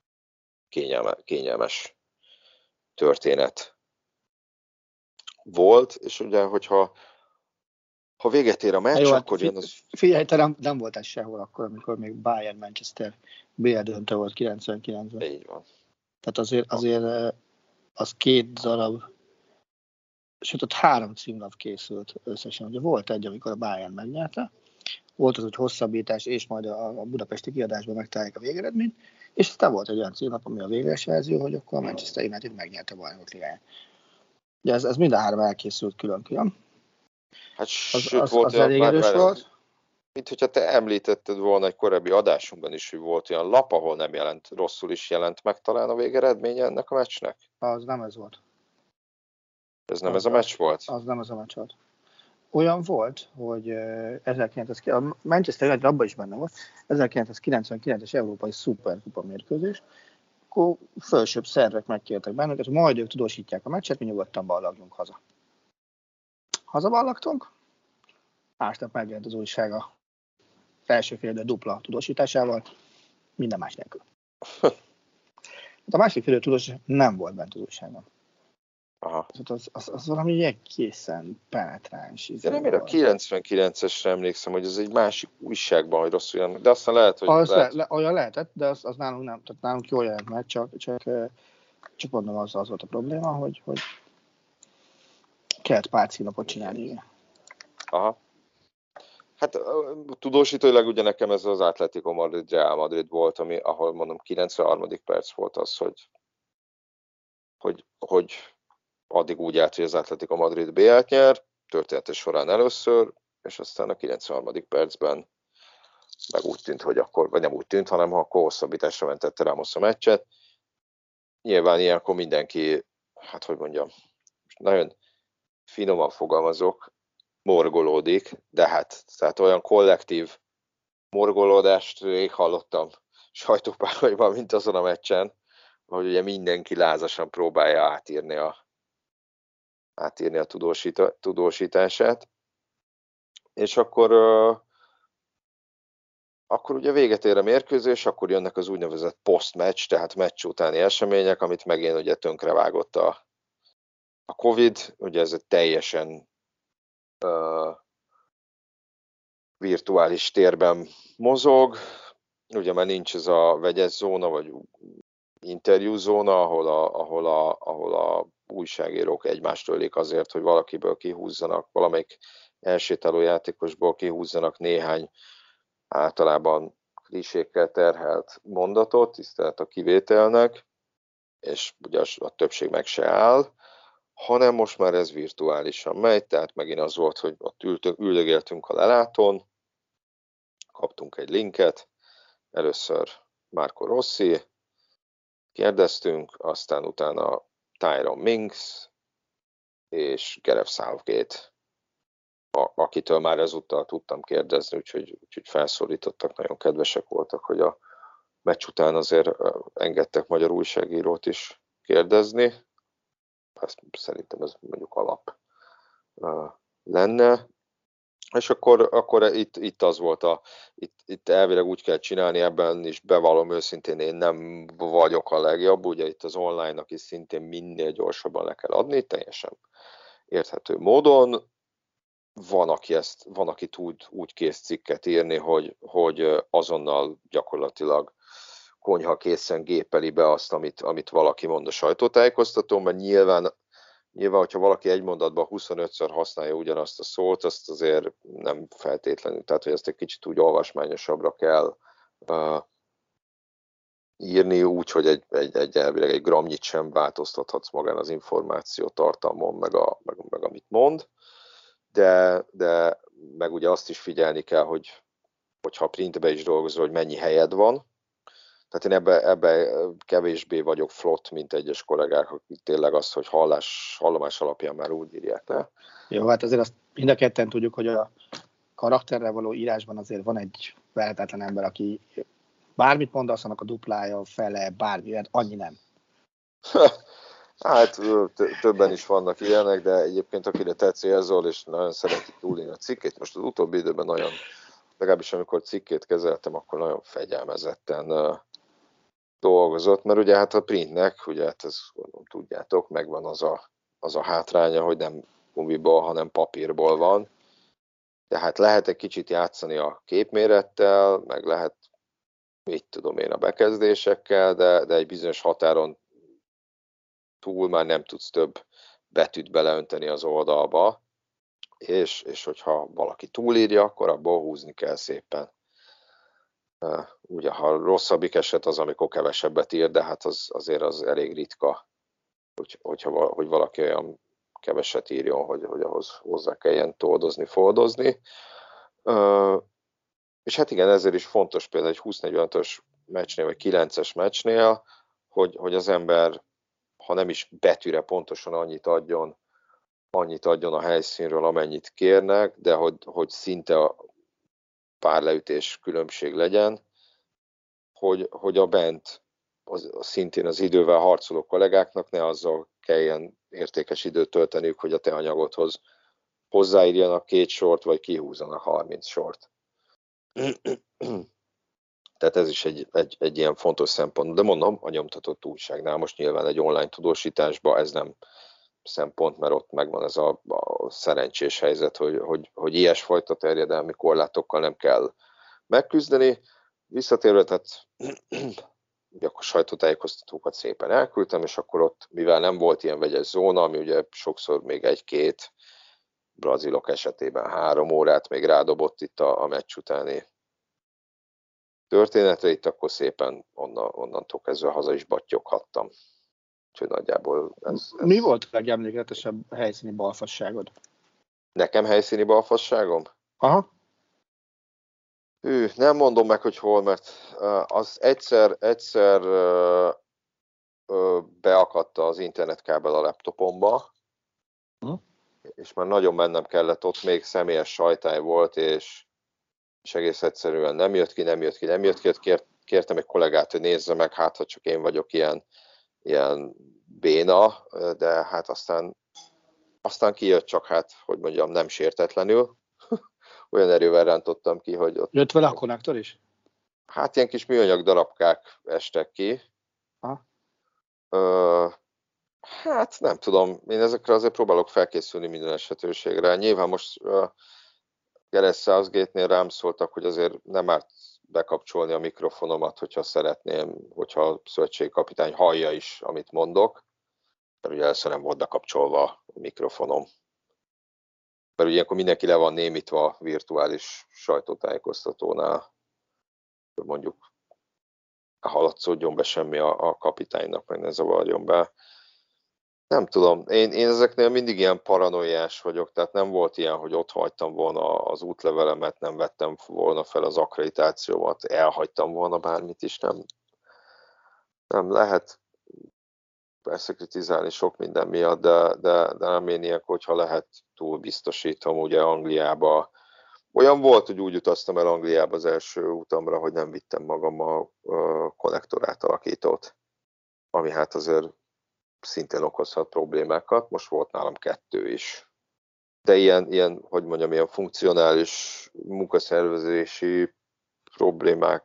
S4: kényelmes történet volt, és ugye, hogyha ha véget ér a meccs, jó, akkor jön az...
S5: Figyelj, te nem, nem voltál sehol akkor, amikor még Bayern-Manchester bé el döntő volt kilencvenkilencben.
S4: Így van.
S5: Tehát azért, azért az két darab, sőt ott három címlap készült összesen. Ugye volt egy, amikor a Bayern megnyerte, volt az, hogy hosszabbítás, és majd a, a budapesti kiadásban megtalálják a végeredményt, és aztán volt egy olyan címlap, ami a végleges verzió, hogy akkor a Manchester United megnyerte a bajnok ligáját. De ez, ez mind a három elkészült külön-külön.
S4: Hát
S5: Az,
S4: sőt,
S5: az,
S4: volt
S5: az
S4: olyan,
S5: elég
S4: várj,
S5: erős
S4: várj,
S5: volt.
S4: mint hogyha te említetted volna egy korábbi adásunkban is, hogy volt olyan lap, ahol nem jelent, rosszul is jelent meg talán a végeredménye ennek a meccsnek.
S5: Az nem ez volt.
S4: Ez nem
S5: az,
S4: ez a meccs volt?
S5: Az, az nem ez a meccs volt. Olyan volt, hogy ezerkilencszáz, a Manchester United abban is benne volt, ezerkilencszázkilencvenkilences Európai Szuperkupa mérkőzés, akkor felsőbb szervek megkértek bennünket, hogy majd ők tudósítják a meccset, mi nyugodtan ballagjunk haza. Hazaballagtunk, másnap megjelent az újság a első fél idő dupla tudósításával, minden más nélkül. A másik fél idő tudósítás nem volt bent az újságban.
S4: Aha.
S5: Az, az, az valami egészen penetráns.
S4: De nem, a kilencvenkilencesre emlékszem, hogy ez egy másik újságban, hogy rosszul jön, de aztán lehet, hogy...
S5: Az
S4: lehet...
S5: Le, olyan lehetett, de az, az nálunk nem. Tehát nálunk jól jelent meg, csak, csak, csak mondom, az, az volt a probléma, hogy, hogy kellett pár címlapot csinálni. Igen.
S4: Aha. Hát tudósítóilag ugye nekem ez az Atletico Madrid, Real Madrid volt, ami, ahol mondom kilencvenharmadik perc volt az, hogy, hogy, hogy addig úgy állt, hogy az Atletico Madrid bé el-t nyer, története során először, és aztán a kilencvenharmadik percben meg úgy tűnt, hogy akkor, vagy nem úgy tűnt, hanem akkor hosszabbításra mentette Ramos a meccset. Nyilván ilyenkor mindenki, hát hogy mondjam, nagyon finoman fogalmazok, morgolódik, de hát tehát olyan kollektív morgolódást rég hallottam sajtópályában, mint azon a meccsen, hogy ugye mindenki lázasan próbálja átírni a, átírni a tudósíta, tudósítását. És akkor, uh, akkor ugye véget ér a mérkőzés, akkor jönnek az úgynevezett post-match, tehát meccs utáni események, amit megint ugye tönkrevágott a, a Covid, ugye ez egy teljesen uh, virtuális térben mozog, ugye már nincs ez a vegyes zóna, vagy interjúzóna, ahol a, ahol a, ahol a újságírók egymást ölik azért, hogy valakiből kihúzzanak, valamelyik elsétáló játékosból kihúzzanak néhány általában klisékkel terhelt mondatot, tisztelet a kivételnek, és ugye a többség meg se áll, hanem most már ez virtuálisan megy, tehát megint az volt, hogy ott ültünk, üldögéltünk a lelátón, kaptunk egy linket, először Marco Rossi, kérdeztünk, aztán utána Tyrone Mings és Gareth Southgate, a, akitől már ezúttal tudtam kérdezni, úgyhogy, úgyhogy felszólítottak, nagyon kedvesek voltak, hogy a meccs után azért engedtek magyar újságírót is kérdezni. Ezt szerintem ez mondjuk alap uh, lenne. És akkor, akkor itt, itt az volt a, itt, itt elvileg úgy kell csinálni, ebben is bevallom őszintén, én nem vagyok a legjobb, ugye itt az online-nak is szintén minél gyorsabban le kell adni, teljesen érthető módon. Van, aki ezt, van, aki tud úgy kész cikket írni, hogy, hogy azonnal gyakorlatilag konyha készen gépeli be azt, amit, amit valaki mond a sajtótájékoztatón, mert nyilván Nyilván, hogyha valaki egy mondatban huszonötször használja ugyanazt a szót, azt azért nem feltétlenül, tehát hogy ezt egy kicsit úgy olvasmányosabbra kell uh, írni, úgy, hogy egy, egy, egy elvileg egy gramnyit sem változtathatsz magán az információ tartalmon, meg, a, meg, meg amit mond, de, de meg ugye azt is figyelni kell, hogy hogyha printbe is dolgozol, hogy mennyi helyed van. Tehát én ebbe, ebbe kevésbé vagyok flott, mint egyes kollégák, akik tényleg azt, hogy hallás, hallomás alapján már úgy írják le.
S5: Jó, hát azért azt mind a ketten tudjuk, hogy a karakterrel való írásban azért van egy vehetetlen ember, aki bármit mondasz, annak a duplája, fele, bármi, hát annyi nem.
S4: Hát többen is vannak ilyenek, de egyébként akire tetsz érzol, és nagyon szereti túlírni a cikkét. Most az utóbbi időben nagyon, legalábbis amikor cikkét kezeltem, akkor nagyon fegyelmezetten dolgozott, mert ugye hát a printnek, ugye hát ezt gondolom tudjátok, megvan az a, az a hátránya, hogy nem gumiból, hanem papírból van. Tehát lehet egy kicsit játszani a képmérettel, meg lehet, mit tudom én, a bekezdésekkel, de, de egy bizonyos határon túl már nem tudsz több betűt beleönteni az oldalba. és, és hogyha valaki túlírja, akkor abból húzni kell szépen. Ugye, ha rosszabbik eset az, amikor kevesebbet ír, de hát az, azért az elég ritka, hogy, hogyha, hogy valaki olyan keveset írjon, hogy, hogy ahhoz hozzá kelljen toldozni, foldozni. És hát igen, ezért is fontos például egy húsz negyvenötös meccsnél, vagy kilences meccsnél, hogy, hogy az ember, ha nem is betűre pontosan annyit adjon, annyit adjon a helyszínről, amennyit kérnek, de hogy, hogy szinte a párleütés különbség legyen, hogy, hogy a bent az, szintén az idővel harcoló kollégáknak ne azzal kelljen értékes időt tölteniük, hogy a te anyagodhoz hozzáírjanak két sort, vagy kihúzanak harminc sort. Tehát ez is egy, egy, egy ilyen fontos szempont. De mondom, a nyomtatott újságnál most nyilván egy online tudósításban ez nem szempont, mert ott megvan ez a, a szerencsés helyzet, hogy, hogy, hogy ilyesfajta terjedelmi korlátokkal nem kell megküzdeni. Visszatérve, tehát ugye akkor sajtótájékoztatókat szépen elküldtem, és akkor ott, mivel nem volt ilyen vegyes zóna, ami ugye sokszor még egy-két, brazilok esetében három órát még rádobott itt a, a meccs utáni történetre, itt akkor szépen onnan, onnantól kezdve haza is battyoghattam. Úgyhogy nagyjából ez, ez...
S5: Mi volt a legemlékezetesebb helyszíni balfasságod?
S4: Nekem helyszíni balfasságom?
S5: Aha.
S4: Hű, nem mondom meg, hogy hol, mert az egyszer, egyszer beakadta az internetkábel a laptopomba, hm? és már nagyon mennem kellett, ott még személyes sajtály volt, és, és egész egyszerűen nem jött ki, nem jött ki, nem jött ki, kért, kértem egy kollégát, hogy nézze meg, hát ha csak én vagyok ilyen, ilyen béna, de hát aztán, aztán kijött, csak hát, hogy mondjam, nem sértetlenül. Olyan erővel rántottam ki, hogy ott...
S5: Jött vele a konnektor is?
S4: Hát ilyen kis műanyag darabkák estek ki. Ha? Ö, hát nem tudom, én ezekre azért próbálok felkészülni minden esetőségre. Nyilván most uh, Gareth Southgate-nél rám szóltak, hogy azért nem árt bekapcsolni a mikrofonomat, hogyha szeretném, hogyha a szövetségkapitány hallja is, amit mondok. Mert ugye először nem volt bekapcsolva a mikrofonom. Mert ugye ilyenkor mindenki le van némítva a virtuális sajtótájékoztatónál, mondjuk haladszódjon be semmi a, a kapitánynak, meg ne zavarjon be. Nem tudom, én, én ezeknél mindig ilyen paranoiás vagyok, tehát nem volt ilyen, hogy ott hagytam volna az útlevelemet, nem vettem volna fel az akkreditációmat, elhagytam volna bármit is, nem, nem lehet persze kritizálni sok minden miatt, de, de, de nem én ilyenkor, hogyha lehet, túl biztosítom, ugye Angliába. Olyan volt, hogy úgy utaztam el Angliába az első utamra, hogy nem vittem magam a, a konnektorátalakítót, ami hát azért szintén okozhat problémákat. Most volt nálam kettő is. De ilyen, ilyen hogy mondjam, ilyen funkcionális munkaszervezési problémák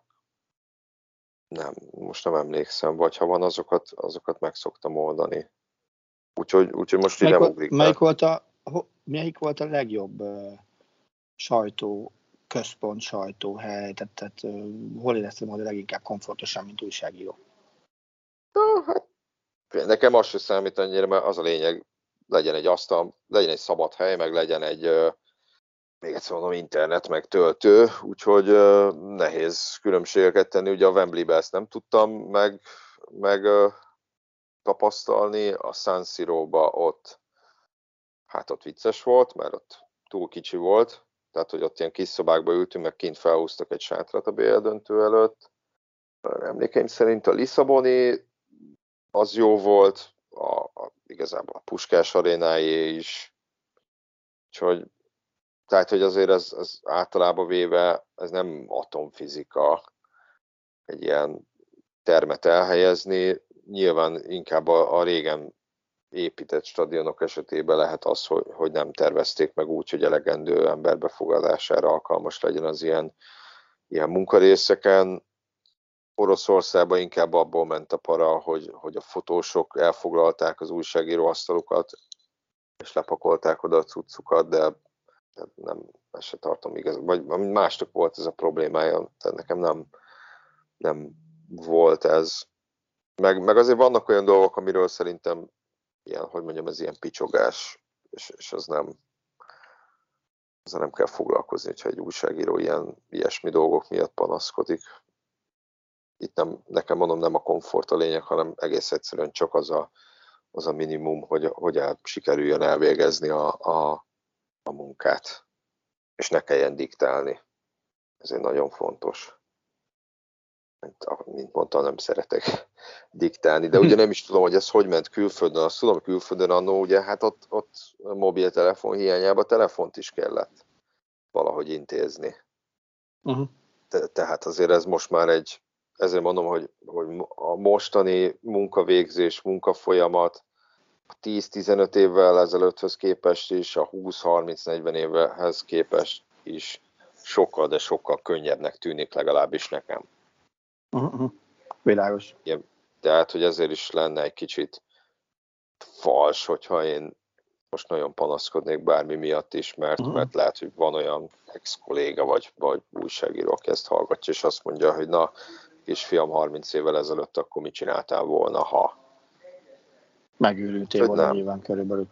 S4: nem, most nem emlékszem, vagy ha van, azokat, azokat meg szoktam oldani. Úgyhogy, úgyhogy most így nem ugrik.
S5: Melyik volt a, melyik volt a legjobb uh, sajtó, központ, sajtóhely, tehát, tehát uh, hol éreztem magad leginkább komfortosan, mint újságíró?
S4: Na, hát, nekem az se számít annyira, mert az a lényeg, legyen egy asztal, legyen egy szabad hely, meg legyen egy, uh, még egyszer mondom, internet, meg töltő, úgyhogy uh, nehéz különbségeket tenni. Ugye a Wembleybe ezt nem tudtam meg, meg uh, tapasztalni, a San Siróba ott, hát ott vicces volt, mert ott túl kicsi volt, tehát hogy ott ilyen kis szobákba ültünk, meg kint felhúztak egy sátrat a bé el döntő előtt. Emlékeim szerint a Lisszaboni az jó volt, a, a, igazából a Puskás arénájé is, úgyhogy tehát, hogy azért ez, ez általában véve, ez nem atomfizika egy ilyen termet elhelyezni. Nyilván inkább a, a régen épített stadionok esetében lehet az, hogy, hogy nem tervezték meg úgy, hogy elegendő ember befogadására alkalmas legyen az ilyen, ilyen munkarészeken. Oroszországban inkább abból ment a para, hogy, hogy a fotósok elfoglalták az újságíró asztalokat, és lepakolták oda a cuccukat, de nem, ezt se tartom igaz. Vagy másnak volt ez a problémája, tehát nekem nem, nem volt ez. Meg, meg azért vannak olyan dolgok, amiről szerintem ilyen, hogy mondjam, ez ilyen picsogás, és, és az nem, ezzel nem kell foglalkozni, hogyha egy újságíró ilyen, ilyesmi dolgok miatt panaszkodik. Itt nem, nekem mondom, nem a komfort a lényeg, hanem egész egyszerűen csak az a, az a minimum, hogy, hogy el, sikerüljön elvégezni a, a, a munkát, és ne kelljen diktálni. Ez egy nagyon fontos. Mint mondtam, nem szeretek diktálni, de ugye nem is tudom, hogy ez hogy ment külföldön. Azt tudom, külföldön annó, ugye, hát ott, ott mobiltelefon hiányában telefont is kellett valahogy intézni. Uh-huh. Te, tehát azért ez most már egy, ezért mondom, hogy, hogy a mostani munkavégzés, munkafolyamat tíz-tizenöt évvel ezelőtthöz képest is, a húsz-harminc-negyven évhez képest is sokkal, de sokkal könnyebbnek tűnik, legalábbis nekem.
S5: Uh-huh. Világos.
S4: Ja, tehát, hogy ezért is lenne egy kicsit fals, hogyha én most nagyon panaszkodnék bármi miatt is, mert, uh-huh. mert lehet, hogy van olyan ex-kolléga vagy, vagy újságíró, aki ezt hallgatja, és azt mondja, hogy na, kisfiam, harminc évvel ezelőtt akkor mit csináltál volna, ha...
S5: Megőrültél volna nyilván körülbelül.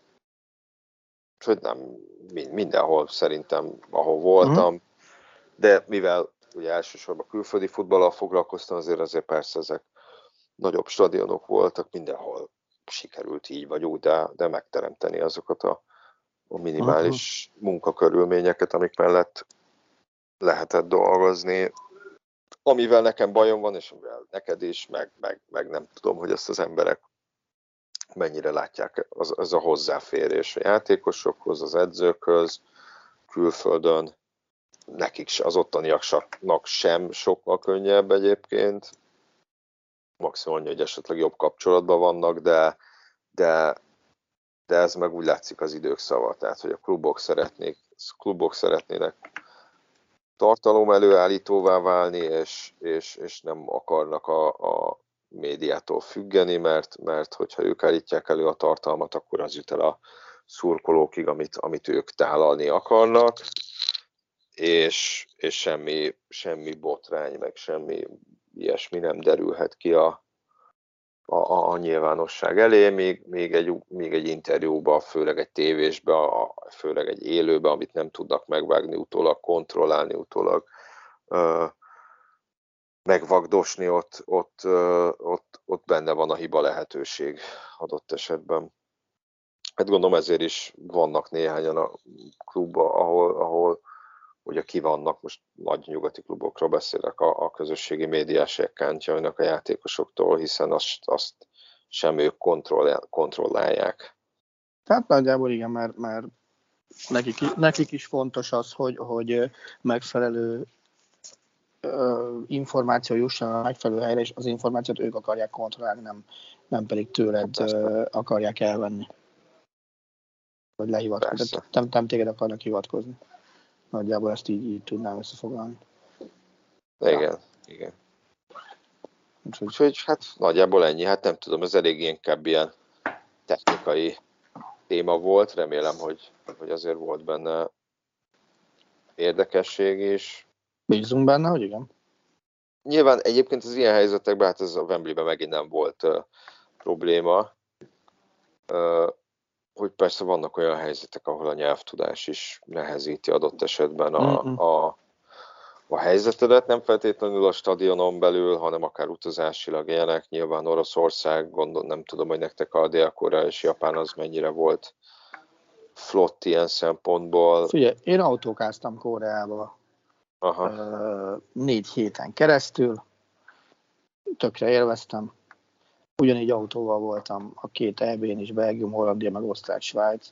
S4: Hogy nem, mindenhol szerintem, ahol voltam, uh-huh. de mivel ugye elsősorban külföldi futballal foglalkoztam, azért azért persze ezek nagyobb stadionok voltak, mindenhol sikerült így vagy úgy, de, de megteremteni azokat a, a minimális uh-huh. munkakörülményeket, amik mellett lehetett dolgozni. Amivel nekem bajom van, és amivel neked is, meg, meg, meg nem tudom, hogy ezt az emberek mennyire látják, az, az a hozzáférés a játékosokhoz, az edzőkhöz, külföldön. Nekik az ottaniaknak sem sokkal könnyebb egyébként. Maximum annyi, hogy esetleg jobb kapcsolatban vannak, de, de, de ez meg úgy látszik az idők szava. Tehát, hogy a klubok szeretnék, klubok szeretnének tartalom előállítóvá válni, és, és, és nem akarnak a, a médiától függeni, mert, mert hogyha ők állítják elő a tartalmat, akkor az jut el a szurkolókig, amit, amit ők tálalni akarnak. És, és semmi, semmi botrány, meg semmi ilyesmi nem derülhet ki a, a, a nyilvánosság elé, még, még, egy, még egy interjúba, főleg egy tévésbe, a, főleg egy élőbe, amit nem tudnak megvágni utólag, kontrollálni utólag, ö, megvagdosni, ott, ott, ö, ott, ott benne van a hiba lehetőség adott esetben. Hát gondolom ezért is vannak néhányan a klubban, ahol, ahol ugye ki vannak, most nagy nyugati klubokról beszélek, a, a közösségi médiás ekkántjainak a játékosoktól, hiszen azt, azt sem ők kontrollálják.
S5: Tehát nagyjából igen, mert, mert nekik, nekik is fontos az, hogy, hogy megfelelő ö, információ jusson a megfelelő helyre, és az információt ők akarják kontrollálni, nem, nem pedig tőled ö, akarják elvenni. Vagy lehivatkozni. Nem, nem téged akarnak hivatkozni. Nagyjából ezt így, így tudnám összefoglalni.
S4: Igen, ja. igen. Úgyhogy, Úgyhogy hát nagyjából ennyi. Hát nem tudom, ez elég inkább ilyen technikai téma volt. Remélem, hogy, hogy azért volt benne érdekesség is.
S5: Bízunk benne, hogy igen.
S4: Nyilván egyébként az ilyen helyzetekben, hát ez a Wembleyben megint nem volt uh, probléma. Uh, hogy persze vannak olyan helyzetek, ahol a nyelvtudás is nehezíti adott esetben a, a, a helyzetedet, nem feltétlenül a stadionon belül, hanem akár utazásilag ilyenek. Nyilván Oroszország, gondolom, nem tudom, hogy nektek a Dél-Korea és Japán az mennyire volt flott ilyen szempontból.
S5: Figyelj, én autókáztam Koreába Aha. négy héten keresztül, tökre élveztem. Ugyanígy autóval voltam a két é bén is, Belgium, Hollandia, meg Osztrák, Svájc.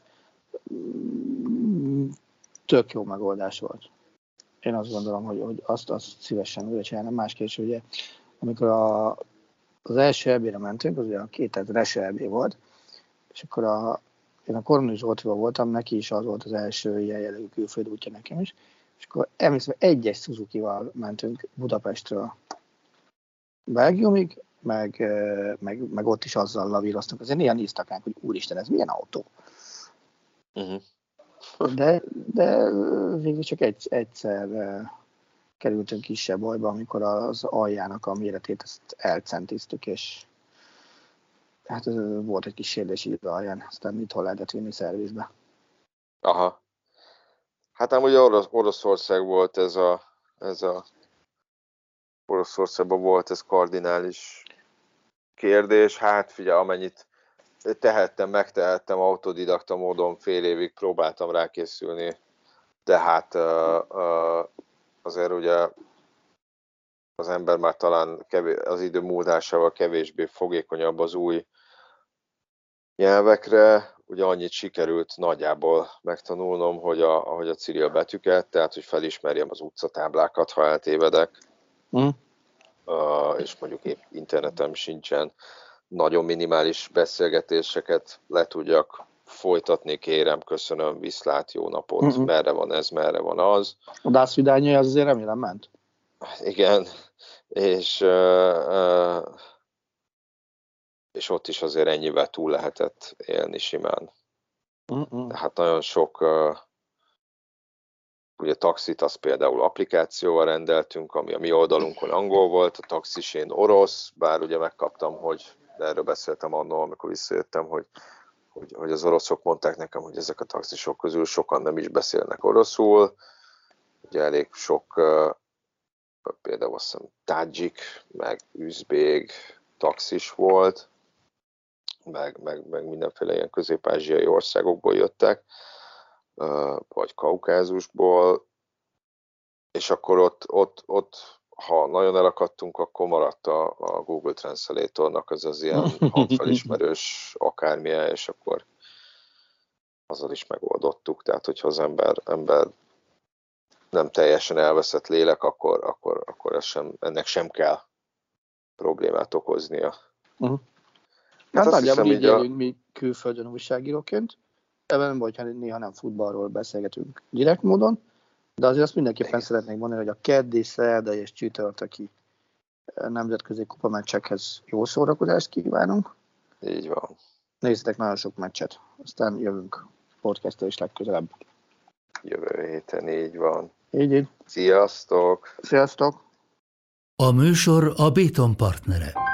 S5: Tök jó megoldás volt. Én azt gondolom, hogy, hogy azt, azt szívesen újra csinálnám. Másképp, ugye, amikor a, az első é bére mentünk, az ugye a kétezres é bé volt, és akkor a, én a Kornél Zsoltival voltam, neki is az volt az első ilyen jellegű külföldi útja nekem is, és akkor emlékszem, egyes Suzuki-val mentünk Budapestről Belgiumig, Meg, meg, meg ott is azzal lavíroztunk. Azért néha néztek ránk, hogy úristen, ez milyen autó? Uh-huh. De, de végül csak egy, egyszer kerültünk kisebb bajba, amikor az aljának a méretét ezt elcentiztük, és hát volt egy kis sérülés így az alján, aztán itthon lehetett vinni szervizbe.
S4: Aha. Hát ám ugye Orosz, Oroszország volt ez a, ez a Oroszországban volt ez kardinális kérdés. Hát figyelj, amennyit tehettem, megtehettem, autodidakta módon fél évig próbáltam rákészülni, de hát uh, uh, azért ugye az ember már talán kevés, az idő múlásával kevésbé fogékonyabb az új nyelvekre. Ugye annyit sikerült nagyjából megtanulnom, hogy a, ahogy a Cyril betűket, tehát hogy felismerjem az utcatáblákat, ha eltévedek, mm. uh, és mondjuk épp internetem sincsen, nagyon minimális beszélgetéseket le tudjak folytatni, kérem, köszönöm, viszlát, jó napot, mm-hmm. merre van ez, merre van az.
S5: A dászvidányai az azért remélem ment.
S4: Igen, és, uh, uh, és ott is azért ennyivel túl lehetett élni simán. Mm-hmm. Hát nagyon sok, uh, ugye taxit, azt például applikációval rendeltünk, ami a mi oldalunkon angol volt, a taxisén orosz, bár ugye megkaptam, hogy de erről beszéltem annól, amikor visszajöttem, hogy, hogy, hogy az oroszok mondták nekem, hogy ezek a taxisok közül sokan nem is beszélnek oroszul. Ugye elég sok, uh, például azt hiszem tádzsik, meg üzbég taxis volt, meg, meg, meg mindenféle ilyen közép-ázsiai országokból jöttek, uh, vagy Kaukázusból, és akkor ott, ott, ott ha nagyon elakadtunk, akkor maradt a, a Google Translatornak az az ilyen hangfelismerős akármilyen, és akkor azzal is megoldottuk. Tehát, hogyha az ember, ember nem teljesen elveszett lélek, akkor, akkor, akkor ez sem, ennek sem kell problémát okoznia.
S5: Uh-huh. Hát, hát nagyjából így élünk a... mi külföldön újságíróként. Ebben nem vagy, ha néha nem futballról beszélgetünk direkt módon, de azért azt mindenképpen igen. Szeretnék mondani, hogy a keddi, szerdai és csütörtöki nemzetközi kupamecsekhez jó szórakozást kívánunk.
S4: Így van.
S5: Nézzétek nagyon sok meccset, aztán jövünk podcasttel is legközelebb.
S4: Jövő héten, így van.
S5: Így, így.
S4: Sziasztok!
S5: Sziasztok!
S1: A műsor a Béton partnere.